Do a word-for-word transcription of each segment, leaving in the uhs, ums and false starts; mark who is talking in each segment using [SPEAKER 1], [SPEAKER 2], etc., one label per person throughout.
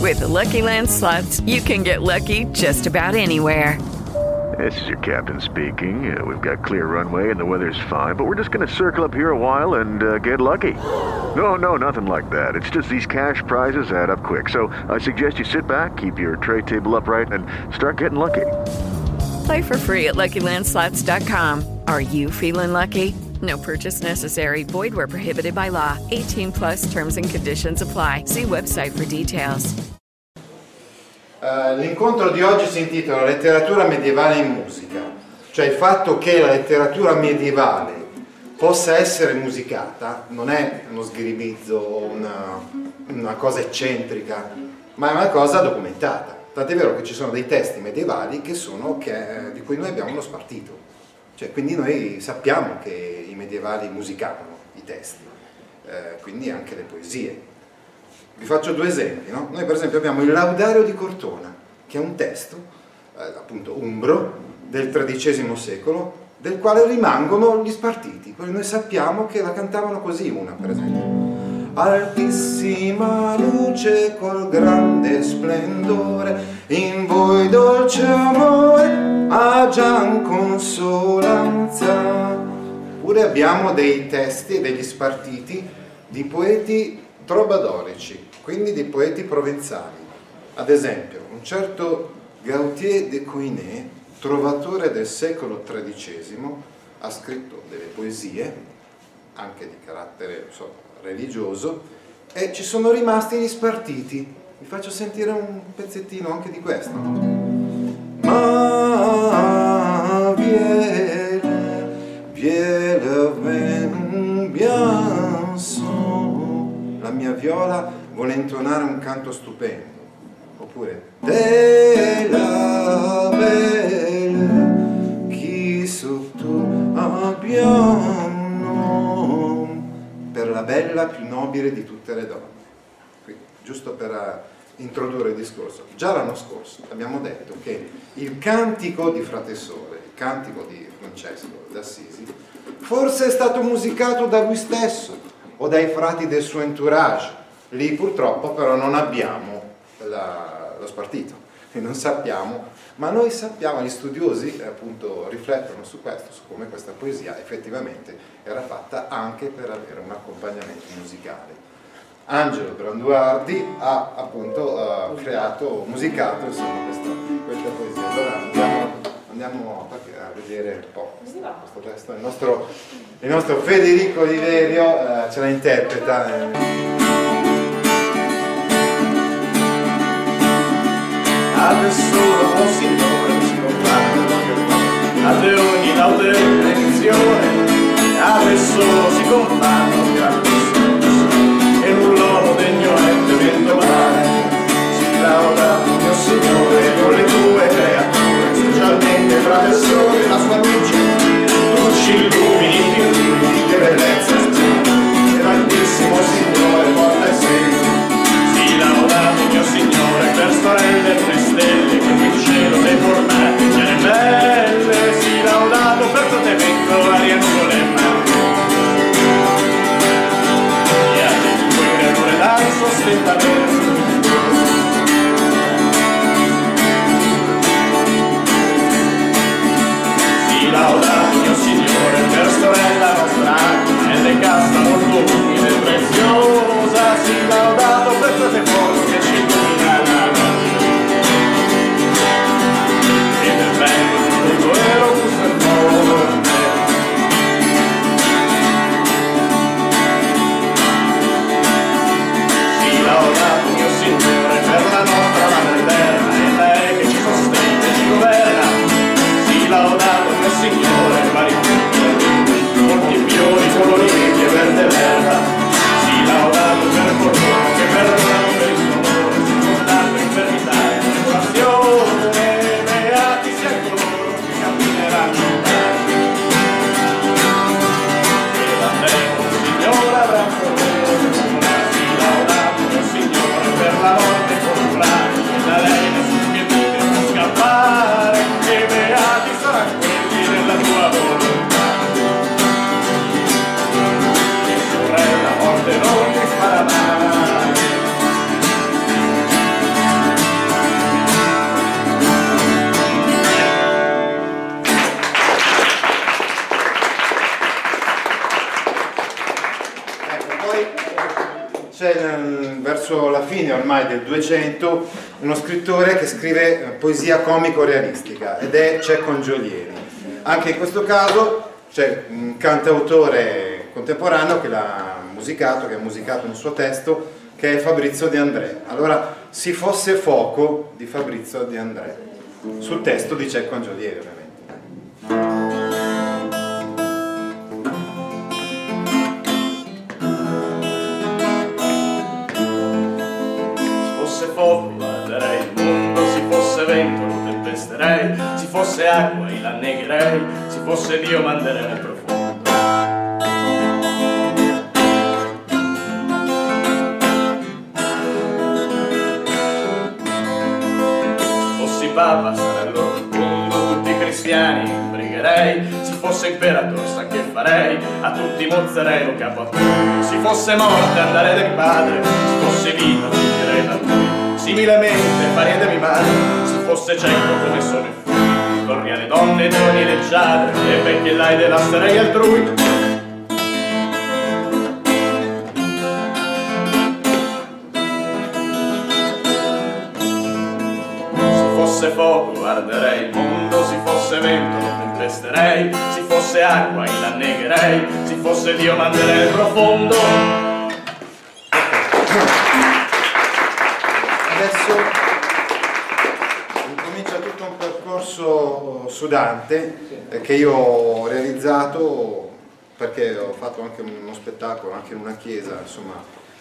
[SPEAKER 1] With the Lucky Land Slots, you can get lucky just about anywhere.
[SPEAKER 2] This is your captain speaking. Uh, we've got clear runway and the weather's fine, but we're just going to circle up here a while and uh, get lucky. No, no, nothing like that. It's just these cash prizes add up quick. So I suggest you sit back, keep your tray table upright, and start getting lucky.
[SPEAKER 1] Play for free at Lucky Land Slots dot com. Are you feeling lucky? No purchase necessary. Void where prohibited by law. eighteen plus terms and conditions apply. See website for details.
[SPEAKER 3] Uh, l'incontro di oggi si intitola Letteratura medievale in musica, cioè il fatto che la letteratura medievale possa essere musicata non è uno sghiribizzo o una, una cosa eccentrica, ma è una cosa documentata. Tant'è vero che ci sono dei testi medievali che sono, che, di cui noi abbiamo uno spartito, cioè, quindi noi sappiamo che i medievali musicavano i testi, eh, quindi anche le poesie. Vi faccio due esempi, no? Noi per esempio abbiamo il Laudario di Cortona, che è un testo, eh, appunto umbro, del tredicesimo secolo, del quale rimangono gli spartiti. Quindi noi sappiamo che la cantavano così una, per esempio. Altissima luce col grande splendore, in voi dolce amore, agian consolanza. Oppure abbiamo dei testi, degli spartiti di poeti trobadorici, quindi di poeti provenzali. Ad esempio, un certo Gautier de Coinet, trovatore del secolo tredicesimo, ha scritto delle poesie, anche di carattere so, religioso, e ci sono rimasti gli spartiti. Vi faccio sentire un pezzettino anche di questo. Ma viene, viene ben bien son. La mia viola vuole intonare un canto stupendo. Oppure della belle chi sotto abbiamo, per la bella più nobile di tutte le donne. Quindi, giusto per uh, introdurre il discorso, già l'anno scorso abbiamo detto che il cantico di Frate Sole, il cantico di Francesco d'Assisi, forse è stato musicato da lui stesso o dai frati del suo entourage. Lì purtroppo però non abbiamo la, lo spartito, e non sappiamo, ma noi sappiamo, gli studiosi eh, appunto riflettono su questo, su come questa poesia effettivamente era fatta anche per avere un accompagnamento musicale. Angelo Branduardi ha appunto uh, creato, musicato insomma questa, questa poesia. Allora andiamo, andiamo a, a vedere un po' questo, questo testo. Il nostro, il nostro Federico Oliverio uh, ce la interpreta. Eh.
[SPEAKER 4] Adesso un signore si compagna a ogni laude e benedizione, adesso si compagna grandissimo e null'uomo degno è dovendo male. Si lauda mio Signore con le tue creature, specialmente Frate Sole, la sua luce, tu ci illumini più di che bellezza e grandissimo Signore porta e segni. Si lauda mio Signore per sorelle e stelle che il cielo le formate già belle, si laudato per protevento varie nuvole e mare.
[SPEAKER 3] verso la fine ormai del Duecento uno scrittore che scrive poesia comico-realistica ed è Cecco Angiolieri. Anche in questo caso c'è un cantautore contemporaneo che l'ha musicato, che ha musicato il suo testo, che è Fabrizio De André. Allora, Si fosse fuoco di Fabrizio De André, sul testo di Cecco Angiolieri ovviamente.
[SPEAKER 4] Fuoco guarderei il mondo, si fosse vento lo tempesterei, si fosse acqua io l'annegherei, si fosse Dio manderei nel profondo. Se fossi papa sarei loro mondo, tutti i cristiani brigherei, si fosse imperatore sa che farei, a tutti mozzerei lo capo a tutti. Si fosse morte andare del padre, si fosse vivo fuggerei da lui. Similemente farei da mia madre, si fosse cieco come sono i figli, torni alle donne, torni alle leggiadre, e vecchie lai della starei altrui. Se fosse fuoco arderei il mondo, si fosse vento lo tempesterei, si fosse acqua io l'annegherei, si fosse Dio manderei nel profondo.
[SPEAKER 3] Adesso incomincia tutto un percorso su Dante eh, che io ho realizzato perché ho fatto anche uno spettacolo anche in una chiesa, insomma,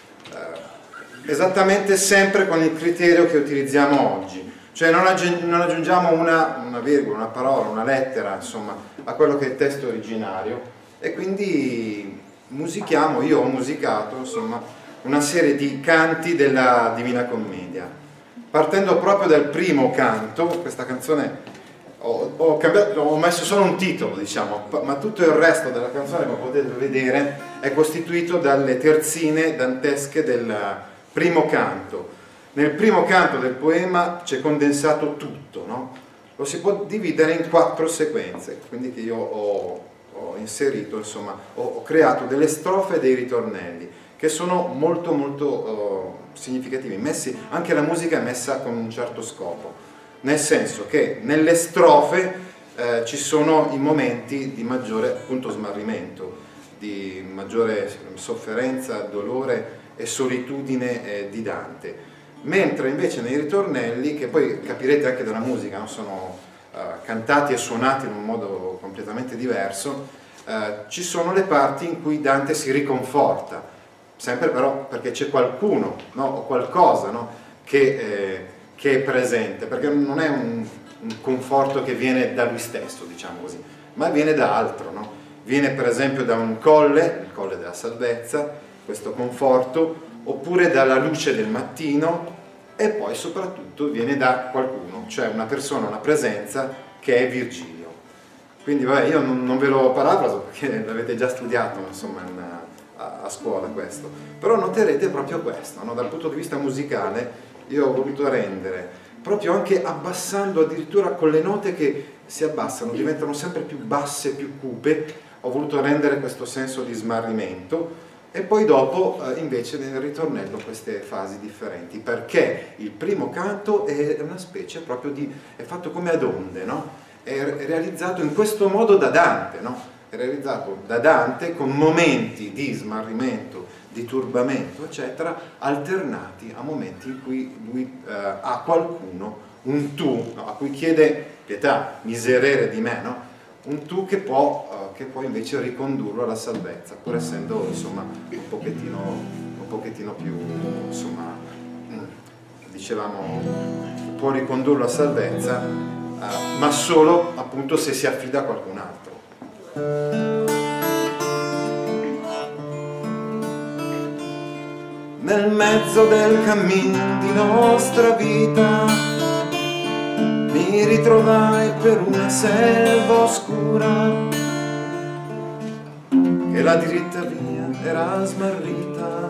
[SPEAKER 3] eh, esattamente sempre con il criterio che utilizziamo oggi, cioè non, aggi non aggiungiamo una, una virgola, una parola, una lettera, insomma, a quello che è il testo originario, e quindi musichiamo, io ho musicato, insomma, una serie di canti della Divina Commedia, partendo proprio dal primo canto. Questa canzone ho, ho, cambiato, ho messo solo un titolo, diciamo, ma tutto il resto della canzone, come potete vedere, è costituito dalle terzine dantesche del primo canto. Nel primo canto del poema c'è condensato tutto, no? Lo si può dividere in quattro sequenze, quindi che io ho, ho inserito, insomma, ho, ho creato delle strofe e dei ritornelli che sono molto molto uh, significativi, messi, anche la musica è messa con un certo scopo, nel senso che nelle strofe eh, ci sono i momenti di maggiore appunto smarrimento, di maggiore sofferenza, dolore e solitudine eh, di Dante, mentre invece nei ritornelli, che poi capirete anche dalla musica, no? Sono uh, cantati e suonati in un modo completamente diverso, uh, ci sono le parti in cui Dante si riconforta, sempre però perché c'è qualcuno, no? O qualcosa, no? che, eh, che è presente, perché non è un, un conforto che viene da lui stesso, diciamo così, ma viene da altro, no? Viene per esempio da un colle, il colle della salvezza, questo conforto, oppure dalla luce del mattino, e poi soprattutto viene da qualcuno, cioè una persona, una presenza che è Virgilio. Quindi vabbè, io non, non ve lo parafraso perché l'avete già studiato, insomma, in, a, a scuola questo, però noterete proprio questo, no? Dal punto di vista musicale io ho voluto rendere, proprio anche abbassando, addirittura con le note che si abbassano, diventano sempre più basse, più cupe, ho voluto rendere questo senso di smarrimento, e poi dopo eh, invece nel ritornello queste fasi differenti, perché il primo canto è una specie proprio di, è fatto come ad onde, no? È realizzato in questo modo da Dante, no? È realizzato da Dante con momenti di smarrimento, di turbamento, eccetera, alternati a momenti in cui lui eh, ha qualcuno, un tu, no? A cui chiede pietà, miserere di me, no? Un tu che può, uh, che può invece ricondurlo alla salvezza, pur essendo, insomma, un pochettino, un pochettino più, insomma, dicevamo, può ricondurlo alla salvezza, uh, ma solo appunto se si affida a qualcun altro. Nel mezzo del cammin di nostra vita mi ritrovai per una selva oscura, che la diritta via era smarrita,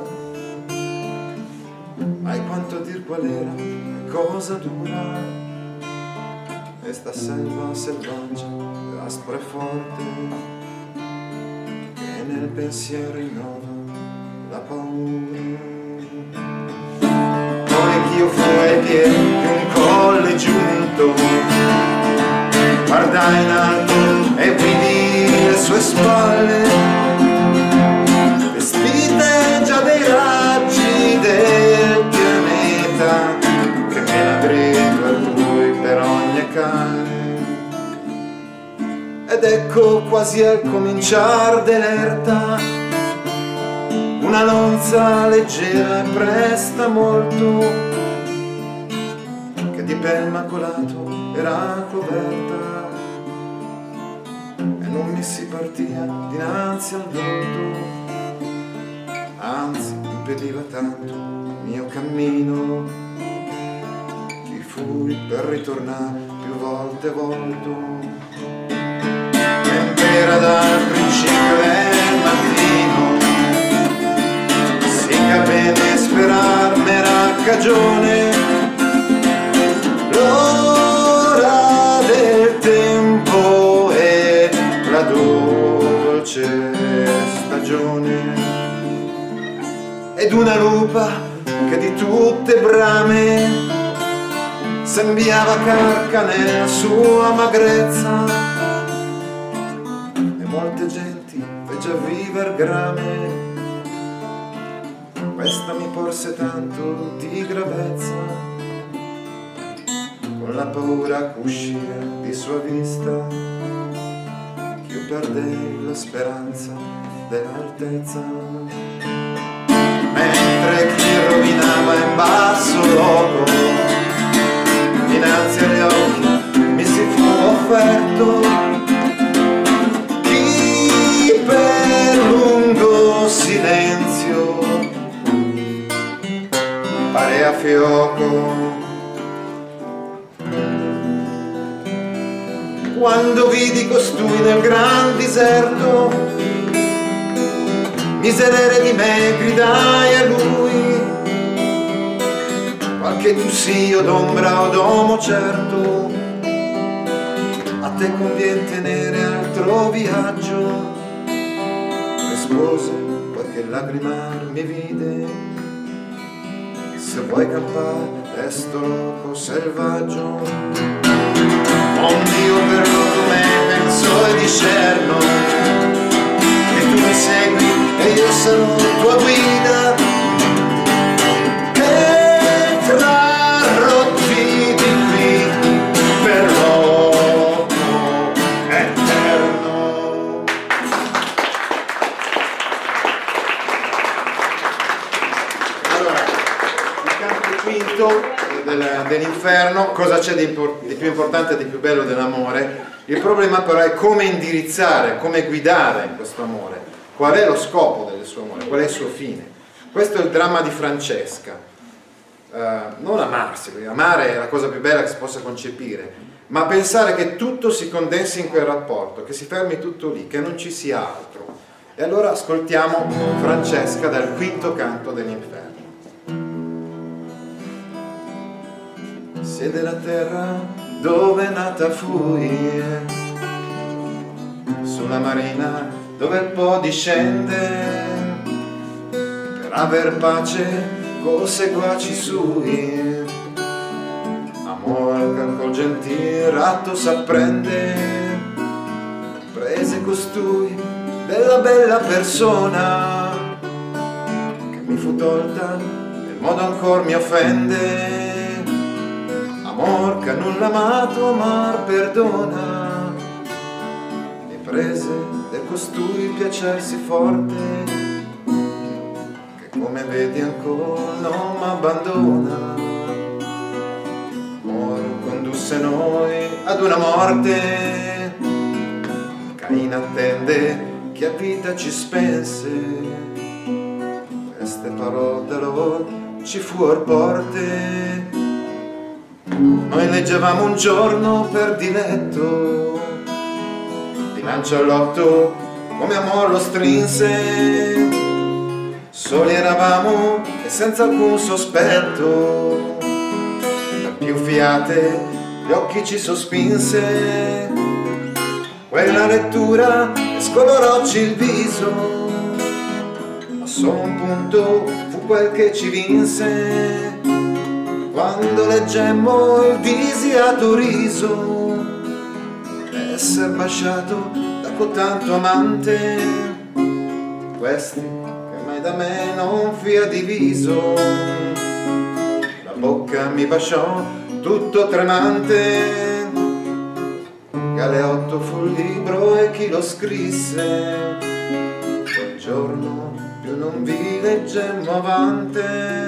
[SPEAKER 3] mai quanto dir qual era cosa dura, e sta selva selvaggia, aspra e forte, che nel pensiero innova la paura. io fui ai piedi di un colle giunto, guardai in alto e vidi le sue spalle, vestite già dei raggi del pianeta, che me la grido a lui per ogni cane. Ed ecco quasi al cominciar dell'erta una lonza leggera e presta molto, che di pel macolato era coperta, e non mi si partia dinanzi al volto, anzi impediva tanto il mio cammino. Chi fui per ritornare più volte volto, era dal principio del mattino, si capì sperar m'era cagione, l'ora del tempo e la dolce stagione, ed una lupa che di tutte brame sembiava carca nella sua magrezza, molte genti fece viver grame, questa mi porse tanto di gravezza, con la paura c'uscia di sua vista, che io perdei la speranza dell'altezza, mentre chi rovinava in basso luogo, dinanzi agli occhi mi si fu offerto, per lungo silenzio parea fioco, quando vidi costui nel gran diserto, miserere di me gridai a lui, qualche tussio d'ombra o d'uomo certo, a te convien tenere altro viaggio, rispose qualche lagrimar mi vide, se vuoi campare resto loco selvaggio, un Dio perduto me penso e discerno, e tu mi segui e io sarò tua guida, e trarrò di qui per loco eterno. Allora, il canto quinto dell'inferno, cosa c'è di, di più importante e di più bello dell'amore? Il problema però è come indirizzare, come guidare questo amore, qual è lo scopo del suo amore, qual è il suo fine. Questo è il dramma di Francesca, uh, non amarsi, perché amare è la cosa più bella che si possa concepire, ma pensare che tutto si condensi in quel rapporto, che si fermi tutto lì, che non ci sia altro. E allora ascoltiamo Francesca dal quinto canto dell'inferno. Siede la terra dove nata fui, sulla marina dove il Po discende, per aver pace col seguaci sui, amor che col gentil ratto s'apprende, prese costui della bella persona, che mi fu tolta nel modo ancor mi offende, amor che nulla amato mar perdona, e prese del costui piacersi forte, che come vedi ancora non m'abbandona, amor condusse noi ad una morte, Cain attende chi a vita ci spense, queste parole da loro ci fuor porte. Noi leggevamo un giorno per diletto, di lancia all'otto come amor lo strinse, soli eravamo e senza alcun sospetto, per più fiate gli occhi ci sospinse, quella lettura e scolorocci il viso, ma solo un punto fu quel che ci vinse, quando leggemmo il visiato riso, esser basciato da cotanto amante, questi che mai da me non fia diviso, la bocca mi basciò tutto tremante. Galeotto fu il libro e chi lo scrisse, quel giorno più non vi leggemmo avante.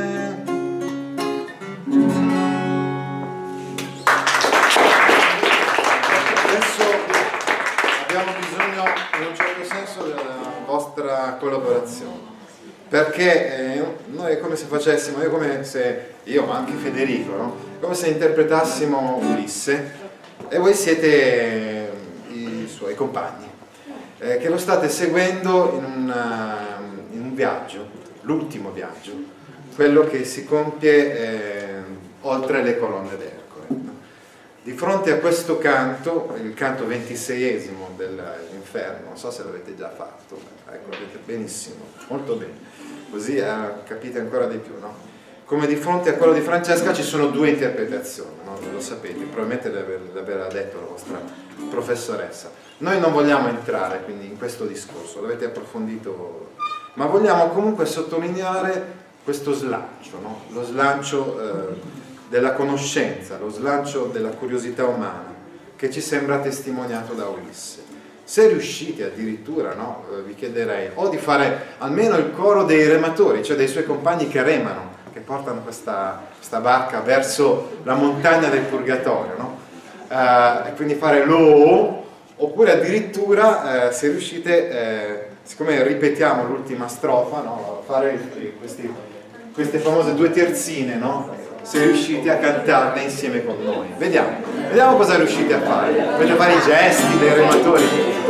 [SPEAKER 3] Adesso abbiamo bisogno in un certo senso della vostra collaborazione, perché eh, noi è come se facessimo, io come se, io ma anche Federico, no? Come se interpretassimo Ulisse e voi siete i suoi compagni, eh, che lo state seguendo in, una, in un viaggio, l'ultimo viaggio, quello che si compie eh, oltre le colonne d'Ercole. Di fronte a questo canto, il canto ventiseiesimo dell'Inferno, non so se l'avete già fatto, ecco, avete benissimo, molto bene, così eh, capite ancora di più, no? Come di fronte a quello di Francesca ci sono due interpretazioni, no? Lo sapete, probabilmente l'aveva detto la vostra professoressa. Noi non vogliamo entrare quindi in questo discorso, l'avete approfondito, ma vogliamo comunque sottolineare questo slancio, no? Lo slancio eh, della conoscenza, lo slancio della curiosità umana, che ci sembra testimoniato da Ulisse. Se riuscite addirittura, no, eh, vi chiederei o di fare almeno il coro dei rematori, cioè dei suoi compagni che remano, che portano questa, questa barca verso la montagna del Purgatorio, no? Uh, e quindi fare lo, oppure addirittura uh, se riuscite, uh, siccome ripetiamo l'ultima strofa, no? Fare questi, queste famose due terzine, no? Se riuscite a cantarle insieme con noi. Vediamo, vediamo cosa riuscite a fare. Voglio fare i gesti dei rematori.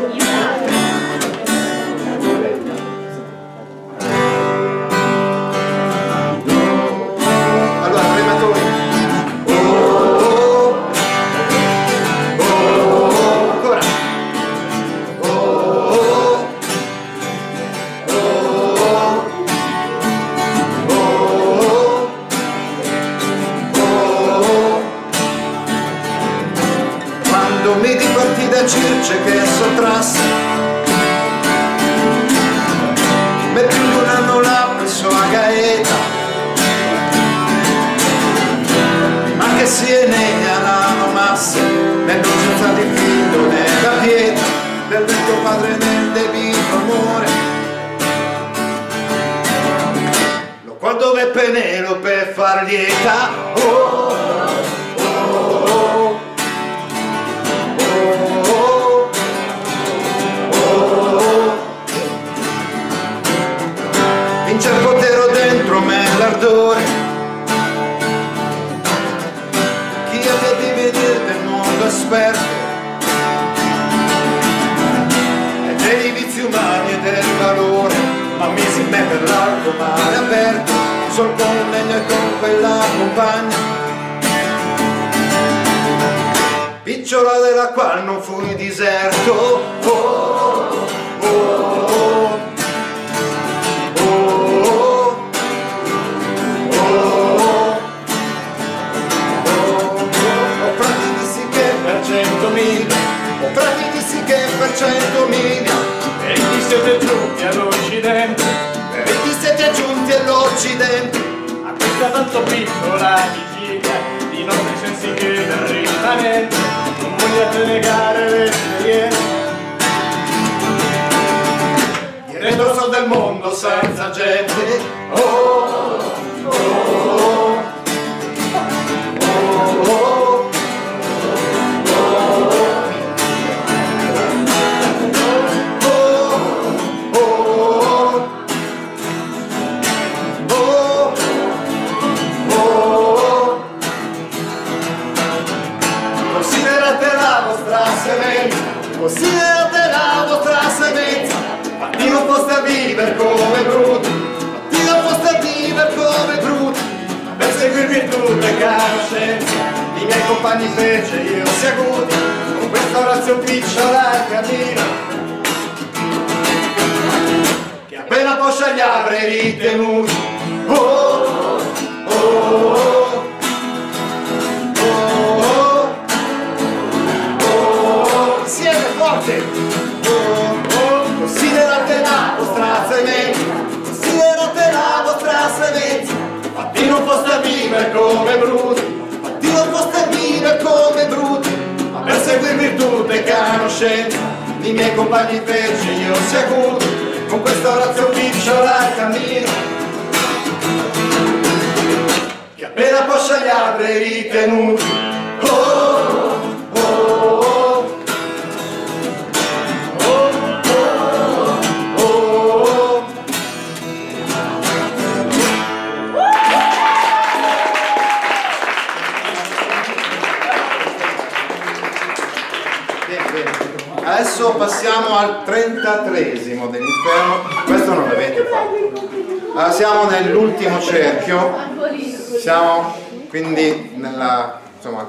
[SPEAKER 3] Circe che sottrasse per più di un anno là presso a Gaeta, ma che Siene erano masse nell'urgenza di figlio nella pietà del vecchio padre nel debito amore, lo qual dove Penelope far lieta. Oh, vince il potere dentro me l'ardore, chi ha di venire del mondo esperto e dei vizi umani e del valore, ma misi me per l'alto mare aperto, sol con un legno e con quella compagna, picciola della qual non fui diserto. Oh, oh, oh. O frati dissi che per cento miglia e vi siete giunti all'Occidente, e vi siete giunti all'Occidente, a questa tanto piccola vigilia di nostri sensi che del rimanente non vogliate negare l'esperienza. Il retroso del mondo senza gente. Oh, oh, oh, oh, oh. Considerate la vostra semenza, Dio possa vivere come bruti, Dio possa vivere come bruti, per seguirvi tutte conoscenze, i miei compagni fece io sia acuti, con questa orazione picciola al cammino, che appena poscia gli avrei ritenuti. Oh, oh, oh, conoscenza, i miei compagni feci, io sicuro, con questa orazio picciola cammino, che appena possa gli avrei ritenuti. Oh, oh, oh, oh, oh, oh, oh. Bene, bene. Adesso passiamo al trentatreesimo dell'inferno. Questo non l'avete fatto. Allora, siamo nell'ultimo cerchio, siamo quindi nella, insomma,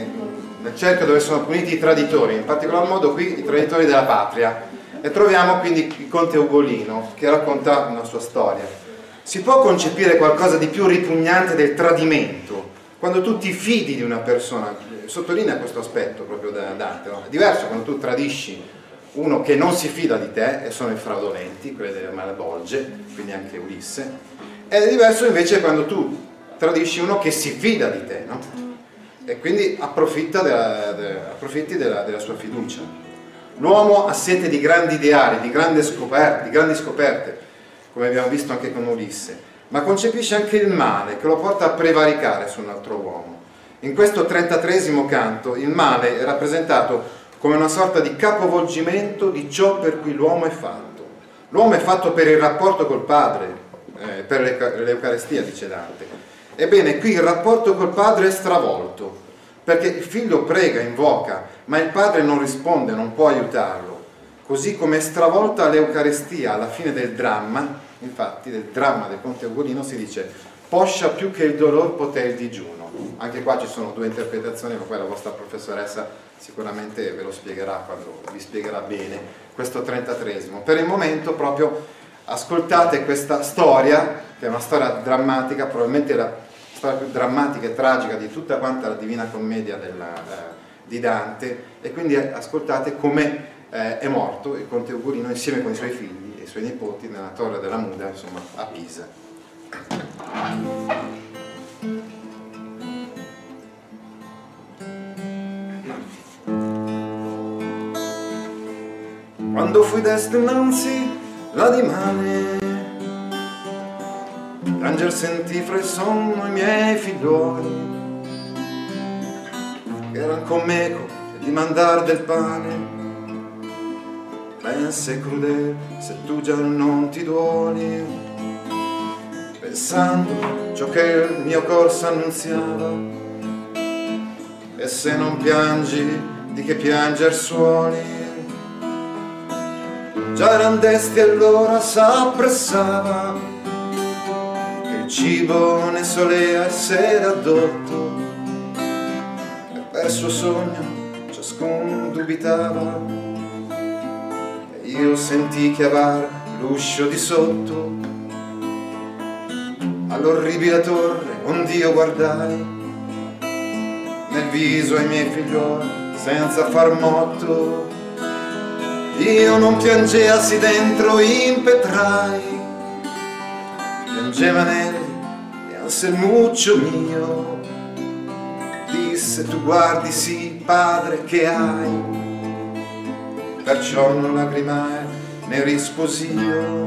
[SPEAKER 3] nel cerchio dove sono puniti i traditori, in particolar modo qui i traditori della patria, e troviamo quindi il conte Ugolino che racconta una sua storia. Si può concepire qualcosa di più ripugnante del tradimento quando tu ti fidi di una persona? Sottolinea questo aspetto proprio da Dante, no? È diverso quando tu tradisci uno che non si fida di te, e sono i fraudolenti, quelli delle malebolge, quindi anche Ulisse, ed è diverso invece quando tu tradisci uno che si fida di te, no? E quindi approfitta della, de, approfitti della, della sua fiducia. L'uomo ha sete di grandi ideali, di, grandi scoperte, di grandi scoperte, come abbiamo visto anche con Ulisse, ma concepisce anche il male che lo porta a prevaricare su un altro uomo. In questo trentatreesimo canto il male è rappresentato come una sorta di capovolgimento di ciò per cui l'uomo è fatto. L'uomo è fatto per il rapporto col Padre, eh, per l'Eucaristia, dice Dante. Ebbene, qui il rapporto col Padre è stravolto, perché il figlio prega, invoca, ma il Padre non risponde, non può aiutarlo. Così come è stravolta l'Eucaristia alla fine del dramma, infatti del dramma del conte Ugolino si dice poscia più che il dolor poté il digiuno. Anche qua ci sono due interpretazioni, ma poi la vostra professoressa sicuramente ve lo spiegherà quando vi spiegherà bene questo trentatreesimo. Per il momento proprio ascoltate questa storia, che è una storia drammatica, probabilmente la storia più drammatica e tragica di tutta quanta la Divina Commedia della, eh, di Dante, e quindi ascoltate come eh, è morto il conte Ugolino insieme con i suoi figli e i suoi nipoti nella torre della Muda, insomma, a Pisa. Quando fui destro innanzi la dimane, pianger sentì fra il sonno i miei figlioli, che eran con meco e di mandar del pane. Pense crudele se tu già non ti duoli, pensando ciò che il mio cor s'annunziava, e se non piangi di che pianger suoli. Già eran desti allora s'appressava, che il cibo ne solea essere addotto, e per suo sogno ciascun dubitava, e io sentì chiavar l'uscio di sotto. All'orribile torre ond'io guardai, nel viso ai miei figlioli senza far motto. Io non piangeasi dentro impetrai, piangeva Nelli e Anselmuccio mio. Disse tu guardi sì padre che hai, perciò non lagrimai ne risposi io.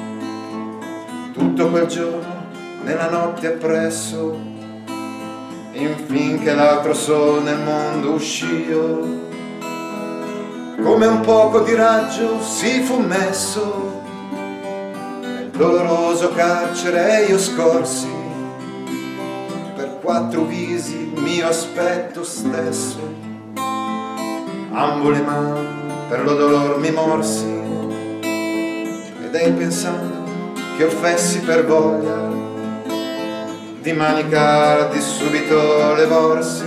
[SPEAKER 3] Tutto quel giorno nella notte appresso, infin che l'altro sole nel mondo uscìo, come un poco di raggio si fu messo nel doloroso carcere, io scorsi per quattro visi il mio aspetto stesso, ambo le mani per lo dolor mi morsi, ed ei pensando che offessi per voglia di manicar di subito le borsi.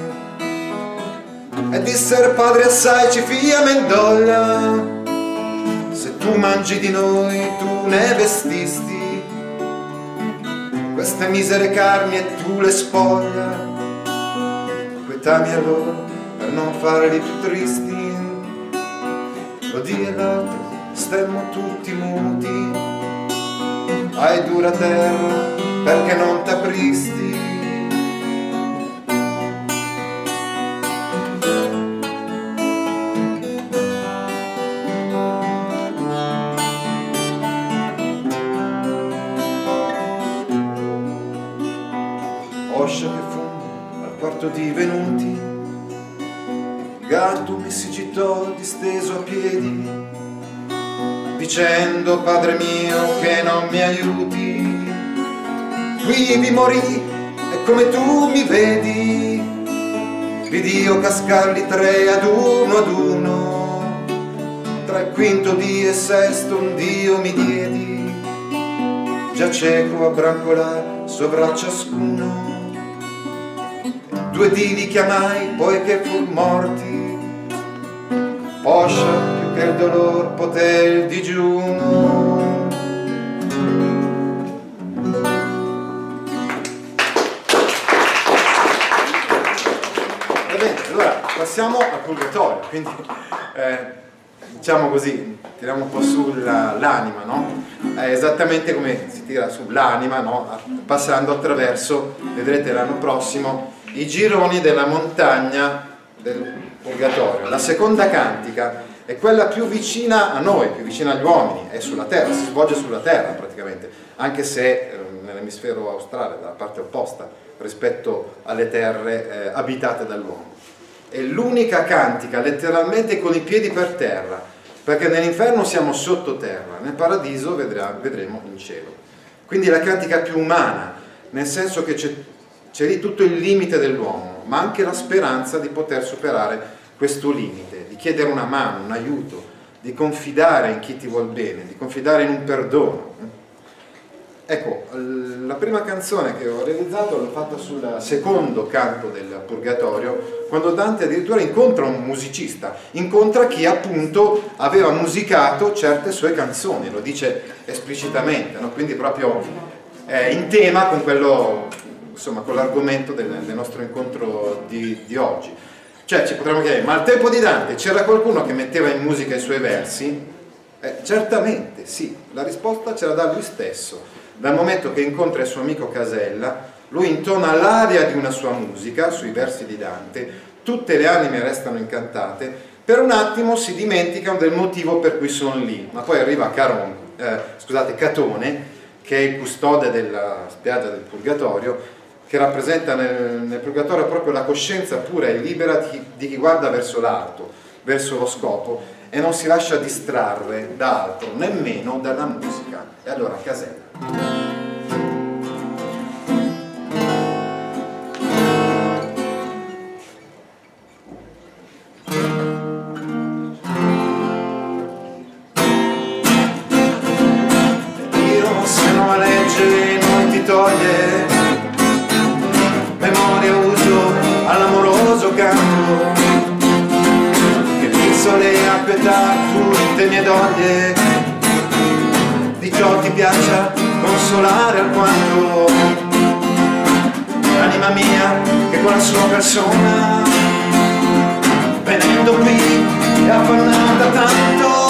[SPEAKER 3] E disser padre assai ci fia mendoglia, se tu mangi di noi tu ne vestisti queste misere carni e tu le spoglia. Quetami allora per non farli più tristi. Lo dì e l'altro stemmo tutti muti, hai dura terra perché non t'apristi. porto divenuti, il gatto mi si gittò disteso a piedi, dicendo padre mio che non mi aiuti, qui vi morì e come tu mi vedi, vidi io cascarli tre ad uno ad uno, tra il quinto dì e sesto un dio mi diedi, già cieco a brancolare sovra ciascuno. Due dì li chiamai poi che fur morti, poscia più che il dolor poté il digiuno. Va bene, allora passiamo al purgatorio, quindi eh, diciamo così, tiriamo un po' sull'anima, no? È esattamente come si tira sull'anima, no? Passando attraverso, vedrete l'anno prossimo, i gironi della montagna del purgatorio. La seconda cantica è quella più vicina a noi, più vicina agli uomini, è sulla terra, si svolge sulla terra praticamente, anche se eh, nell'emisfero australe, dalla parte opposta rispetto alle terre eh, abitate dall'uomo. È l'unica cantica letteralmente con i piedi per terra, perché nell'inferno siamo sottoterra, nel paradiso vedrà, vedremo in cielo. Quindi la cantica più umana, nel senso che c'è C'è lì tutto il limite dell'uomo, ma anche la speranza di poter superare questo limite, di chiedere una mano, un aiuto, di confidare in chi ti vuol bene, di confidare in un perdono. Ecco, la prima canzone che ho realizzato l'ho fatta sul secondo canto del Purgatorio, quando Dante addirittura incontra un musicista, incontra chi appunto aveva musicato certe sue canzoni, lo dice esplicitamente, no? Quindi proprio eh, in tema con quello... insomma con l'argomento del, del nostro incontro di, di oggi. Cioè ci potremmo chiedere, ma al tempo di Dante c'era qualcuno che metteva in musica i suoi versi? Eh, certamente sì, la risposta ce la dà lui stesso. Dal momento che incontra il suo amico Casella, lui intona l'aria di una sua musica sui versi di Dante, tutte le anime restano incantate, per un attimo si dimenticano del motivo per cui sono lì, ma poi arriva Caron, eh, scusate, Catone, che è il custode della spiaggia del Purgatorio, che rappresenta nel, nel Purgatorio proprio la coscienza pura e libera di, di chi guarda verso l'alto, verso lo scopo, e non si lascia distrarre da altro, nemmeno dalla musica. E allora Casella. Dio se non legge non ti toglie memoria, uso all'amoroso canto che l'isole a pietà tutte mie doglie, di ciò ti piaccia consolare alquanto l'anima mia che con la sua persona venendo qui è affannata tanto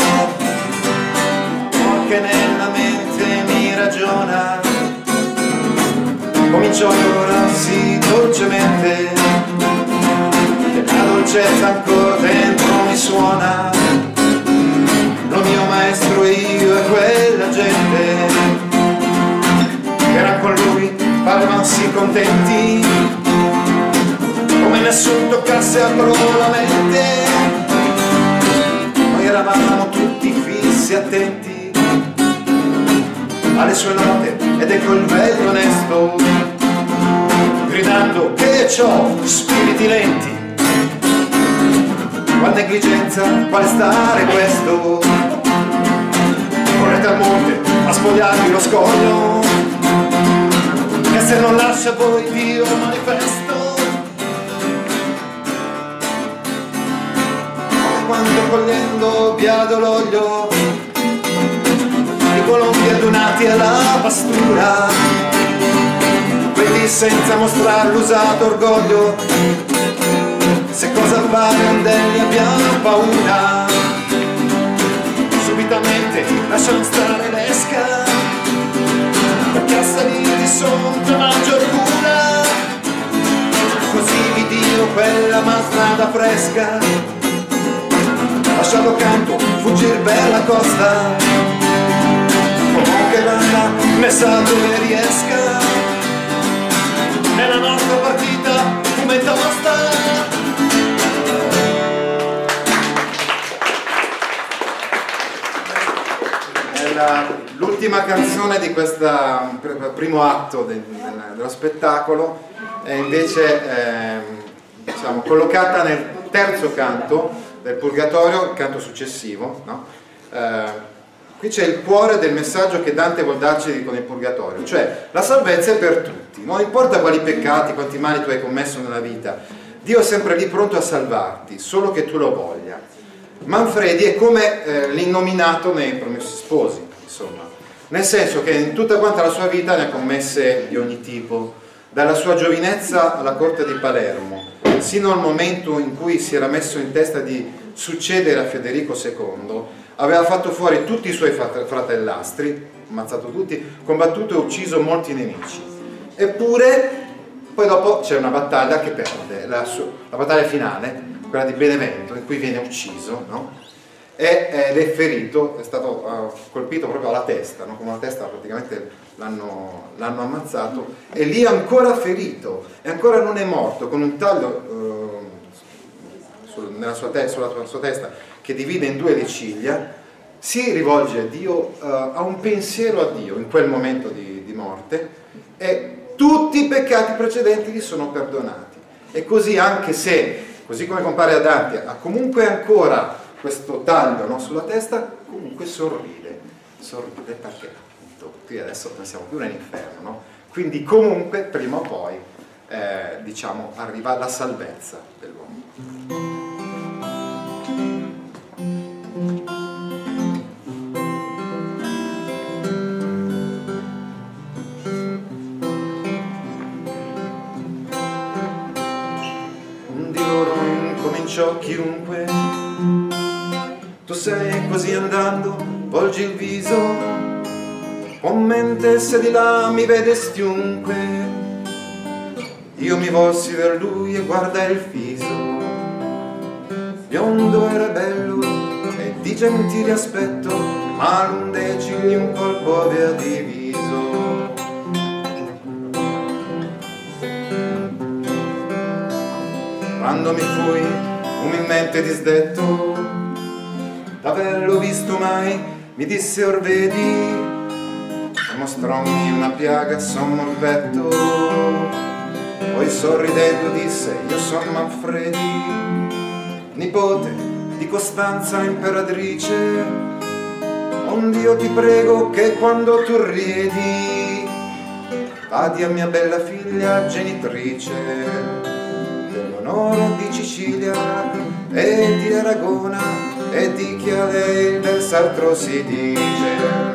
[SPEAKER 3] che nella mente mi ragiona. Cominciò allora sì dolcemente, e la dolcezza ancora dentro mi suona, lo mio maestro io e quella gente che era con lui parevano sì contenti, come nessun toccasse a loro la mente, noi eravamo tutti fissi attenti alle sue note, ed ecco il bello onesto gridando che c'ho spiriti lenti, qual negligenza, quale stare questo, correte al monte a spogliarvi lo scoglio, che se non lascia voi Dio manifesto, come quando cogliendo biado l'olio i colombi adunati alla pastura, quelli senza mostrare l'usato orgoglio, se cosa fare ondelli abbiamo paura, subitamente lasciamo stare l'esca, perché a salire sonta maggior cura, così vi dio quella masnada fresca, lascialo canto, fuggir per la costa, che l'anima messa dove riesca, nella nostra partita
[SPEAKER 4] come tosta.
[SPEAKER 3] L'ultima canzone di questo primo atto del, del, dello spettacolo è invece eh, diciamo, collocata nel terzo canto del Purgatorio, il canto successivo, no? Eh, qui c'è il cuore del messaggio che Dante vuol darci con il Purgatorio, cioè la salvezza è per tutti, non importa quali peccati, quanti mali tu hai commesso nella vita, Dio è sempre lì pronto a salvarti, solo che tu lo voglia. Manfredi è come eh, l'innominato nei Promessi Sposi, insomma, nel senso che in tutta quanta la sua vita ne ha commesse di ogni tipo, dalla sua giovinezza alla corte di Palermo, sino al momento in cui si era messo in testa di succedere a Federico secondo, aveva fatto fuori tutti i suoi fratellastri, ammazzato tutti, combattuto e ucciso molti nemici. Eppure, poi dopo c'è una battaglia che perde, la, sua, la battaglia finale, quella di Benevento, in cui viene ucciso, no? E, ed è ferito, è stato uh, colpito proprio alla testa, no? Con una testa praticamente l'hanno, l'hanno ammazzato, e lì è ancora ferito, e ancora non è morto, con un taglio uh, sul, nella sua te- sulla sua testa che divide in due le ciglia, si rivolge a Dio, uh, ha un pensiero a Dio in quel momento di, di morte, e tutti i peccati precedenti gli sono perdonati. E così, anche se, così come compare a Dante, ha comunque ancora questo taglio, no, sulla testa, comunque sorride, sorride perché appunto qui adesso non siamo più nell'inferno, no? Quindi comunque prima o poi eh, diciamo arriva la salvezza dell'uomo. Di loro incominciò chiunque, tu sei così andando, volgi il viso, con mente se di là mi vede stiunque. Io mi volsi ver lui e guardai il viso, biondo era bello e di gentile aspetto, ma l'undecigli un colpo aveva diviso. Quando mi fui umilmente disdetto d'averlo visto mai, mi disse or vedi, e mostrommi una piaga sommo il petto. Poi sorridendo disse, io son Manfredi, nipote di Costanza imperatrice, ond'io ti prego che quando tu riedi vadi a mia bella figlia genitrice, dell'onore di Sicilia e di Aragona, e di chi a lei il vers'altro si dice.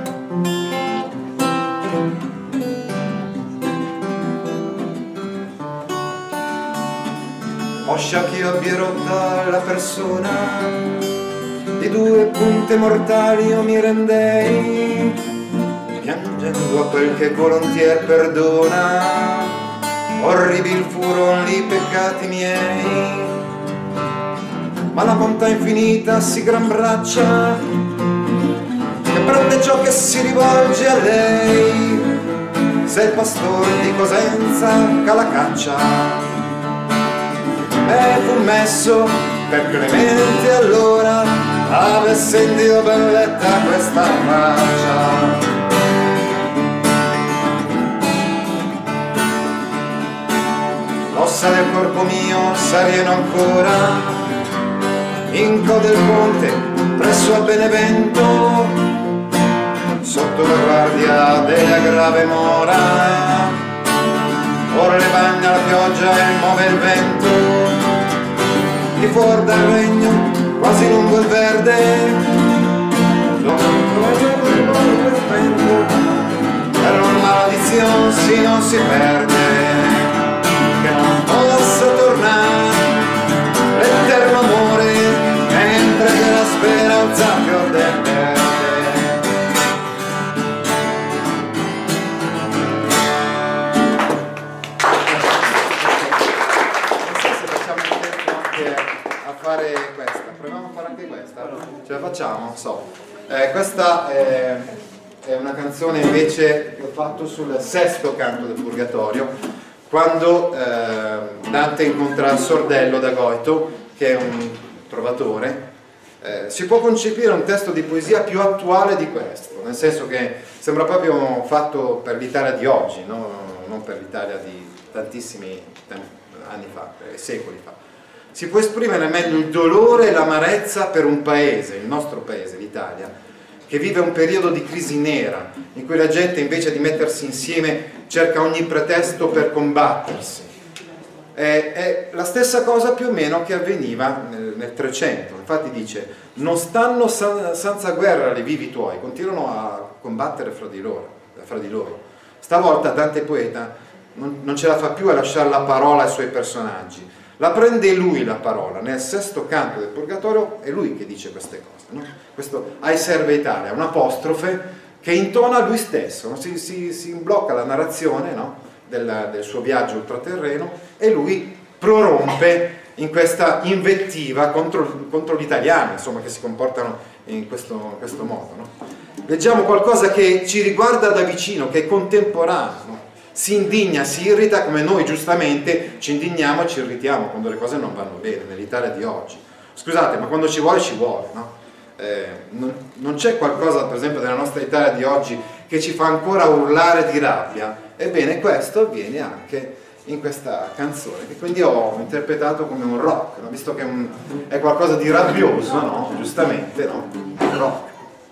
[SPEAKER 3] Oscia che io abbia rotta la persona, di due punte mortali io mi rendei, piangendo a quel che volontier perdona, orribil furon i peccati miei. Ma la bontà infinita si gran braccia, che prende ciò che si rivolge a lei, se il pastore di Cosenza ca la caccia, e fu messo per Clemente allora, avesse in Dio belletta questa faccia. L'ossa del corpo mio s'arieno ancora in coda del ponte presso a Benevento, sotto la guardia della grave mora. Ora le bagna la pioggia e muove il vento, di fuor dal regno quasi lungo il verde, per una maledizione si non si perde, che non possa tornare l'eterno amore, mentre che la speranza fior del verde. Non so se facciamo il tempo anche a fare questa, proviamo a fare anche questa, ce la facciamo? So. Eh, questa è, è una canzone invece che ho fatto sul sesto canto del Purgatorio, quando eh, Dante incontra Sordello da Goito, che è un trovatore. Eh, si può concepire un testo di poesia più attuale di questo, nel senso che sembra proprio fatto per l'Italia di oggi, no? Non per l'Italia di tantissimi anni fa, eh, secoli fa. Si può esprimere meglio il dolore e l'amarezza per un paese, il nostro paese, l'Italia, che vive un periodo di crisi nera, in cui la gente invece di mettersi insieme cerca ogni pretesto per combattersi. È, è la stessa cosa più o meno che avveniva nel, nel trecento. Infatti dice: non stanno san, senza guerra le vivi tuoi, continuano a combattere fra di loro, fra di loro. Stavolta Dante poeta non, non ce la fa più a lasciare la parola ai suoi personaggi, la prende lui la parola. Nel sesto canto del Purgatorio è lui che dice queste cose, no? Questo Ai serve Italia, un apostrofe che intona lui stesso, no? si, si, si blocca la narrazione, no? del, del suo viaggio ultraterreno, e lui prorompe in questa invettiva contro, contro gli italiani, insomma, che si comportano in questo, in questo modo, no? Leggiamo qualcosa che ci riguarda da vicino, che è contemporaneo, no? Si indigna, si irrita, come noi giustamente ci indigniamo e ci irritiamo quando le cose non vanno bene nell'Italia di oggi. Scusate, ma quando ci vuole ci vuole, no? Eh, non, non c'è qualcosa, per esempio, nella nostra Italia di oggi che ci fa ancora urlare di rabbia. Ebbene, questo avviene anche in questa canzone, che quindi ho interpretato come un rock, no? Visto che è, un, è qualcosa di rabbioso, no? Giustamente, no? Un rock.